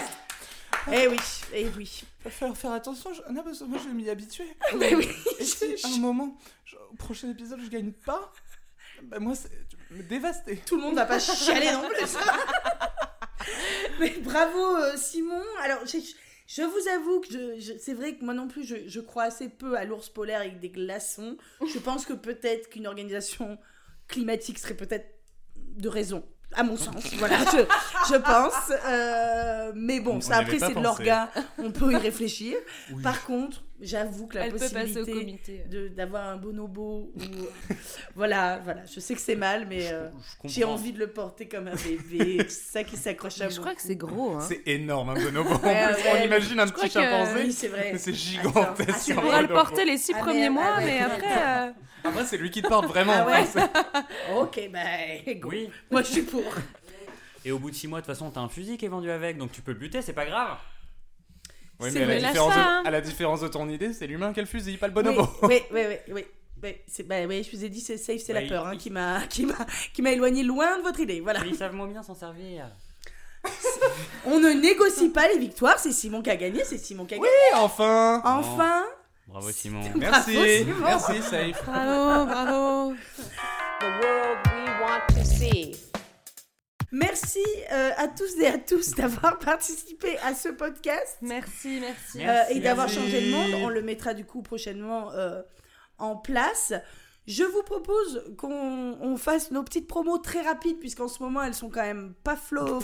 Eh oui. Il va falloir faire attention. Non, parce que moi, je vais m'y habituer. Mais oui. Et si, à un moment, au prochain épisode, je gagne pas, moi, c'est me dévaster. Tout le monde va pas chialer non plus. Mais bravo Simon. Alors je vous avoue que c'est vrai que moi non plus je crois assez peu à l'ours polaire avec des glaçons. Je pense que peut-être qu'une organisation climatique serait peut-être de raison. À mon sens, voilà, je pense. Mais bon, ça après c'est de l'orga, on peut y réfléchir. Oui. Par contre, j'avoue que la Elle peut passer au possibilité comité. d'avoir un bonobo ou voilà, je sais que c'est mal, mais j'ai comprends. envie de le porter comme un bébé, ça qui s'accroche à moi. Je crois que c'est gros. Hein. C'est énorme, un bonobo. En plus, ouais, on imagine un crois petit que- chimpanzé, Oui, c'est vrai. mais c'est Attends, gigantesque. c'est un On vrai. pourra le bonobo. porter les 6 Ah, premiers merde, mois, ah ouais. mais après... Après, c'est lui qui te porte vraiment. Ah ouais. C'est- Ok, go. Oui. Moi je suis pour. Et au bout de 6 mois, de toute façon, t'as un fusil qui est vendu avec, donc tu peux le buter, c'est pas grave. Oui, C'est mais vrai. à la différence de ton idée, c'est l'humain qui a le fusil, pas le bonobo. Oui. Je vous ai dit c'est safe, c'est la Oui. peur qui m'a éloigné loin de votre idée. Voilà. Mais ils savent moins bien s'en servir. On ne négocie pas les victoires, c'est Simon qui a gagné, c'est Simon qui a gagné. Enfin. Enfin, Bravo Simon. Merci, Simon. merci, safe. Bravo. The world we want to see. merci à tous et à tous d'avoir participé à ce podcast. Merci. Et d'avoir Merci. changé le monde. On le mettra du coup prochainement en place. Je vous propose qu'on fasse nos petites promos très rapides, puisqu'en ce moment, elles sont quand même pas folles.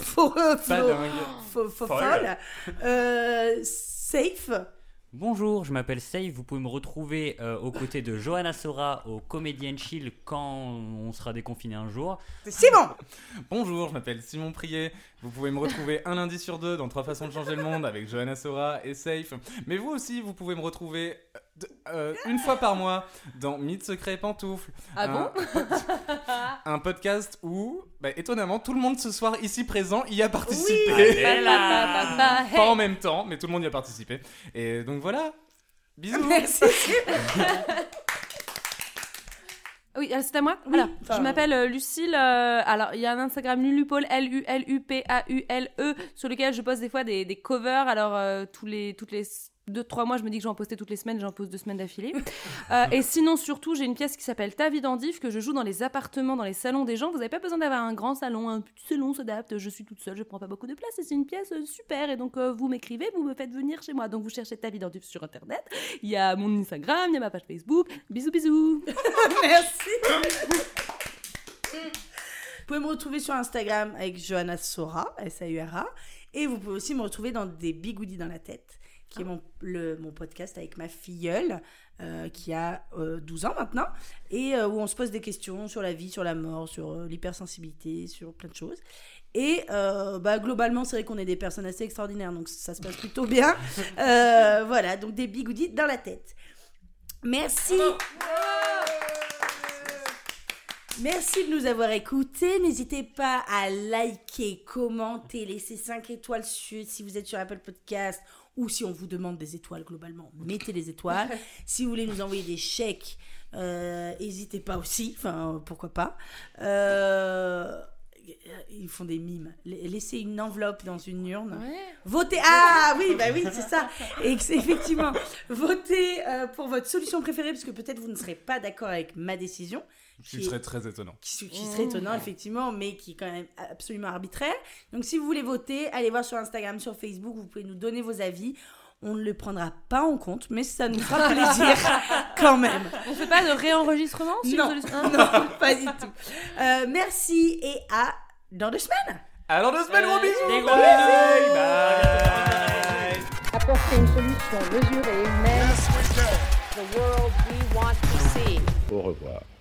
Safe. Bonjour, je m'appelle Save. Vous pouvez me retrouver aux côtés de Johanna Sora au Comedian Chill quand on sera déconfiné un jour. C'est Simon. Bonjour, je m'appelle Simon Prié. Vous pouvez me retrouver un lundi sur 2 dans 3 façons de changer le monde avec Johanna Sora et Safe. Mais vous aussi, vous pouvez me retrouver une fois par mois dans Mythe Secret Pantoufle. Un podcast où, étonnamment, tout le monde ce soir ici présent y a participé. Oui. Pas en même temps, mais tout le monde y a participé. Et donc voilà. Bisous. Merci. Oui, c'est à moi. Oui, Alors, enfin, je m'appelle Lucille. Alors, il y a un Instagram Lulupaul, Lulupaule, sur lequel je poste des fois des covers. Alors, toutes les 2-3 mois, je me dis que j'en postais toutes les semaines, j'en pose 2 semaines d'affilée. Et sinon, surtout, j'ai une pièce qui s'appelle Ta vie d'Andif, que je joue dans les appartements, dans les salons des gens. Vous n'avez pas besoin d'avoir un grand salon, un petit salon s'adapte. Je suis toute seule, je prends pas beaucoup de place et c'est une pièce super. Et donc, vous m'écrivez, vous me faites venir chez moi. Donc, vous cherchez Ta vie d'Andif sur Internet. Il y a mon Instagram, il y a ma page Facebook. Bisous, bisous. Merci. Vous pouvez me retrouver sur Instagram avec Johanna Sora, S-A-U-R-A. Et vous pouvez aussi me retrouver dans des bigoudis dans la tête, qui est mon podcast avec ma filleule, qui a 12 ans maintenant, et où on se pose des questions sur la vie, sur la mort, sur l'hypersensibilité, sur plein de choses. Et globalement, c'est vrai qu'on est des personnes assez extraordinaires, donc ça se passe plutôt bien. Voilà, donc des bigoudis dans la tête. Merci. Merci de nous avoir écoutés. N'hésitez pas à liker, commenter, laisser 5 étoiles si vous êtes sur Apple Podcast ou si on vous demande des étoiles globalement, mettez les étoiles. Si vous voulez nous envoyer des chèques, n'hésitez pas aussi, enfin pourquoi pas. Ils font des mimes. Laissez une enveloppe dans une urne. Ouais. Votez. Ah oui, c'est ça. Et effectivement, votez pour votre solution préférée, parce que peut-être vous ne serez pas d'accord avec ma décision. Qui serait très étonnant. Qui serait étonnant, effectivement, mais qui est quand même absolument arbitraire. Donc, si vous voulez voter, allez voir sur Instagram, sur Facebook, vous pouvez nous donner vos avis. On ne le prendra pas en compte, mais ça nous fera plaisir quand même. On fait pas de réenregistrement Non, pas du tout. Merci et à dans 2 semaines. À dans 2 semaines, gros bisous. Des gros bisous. Bye. Apporter une solution mesurée et humaine. The world we want to see. Au revoir.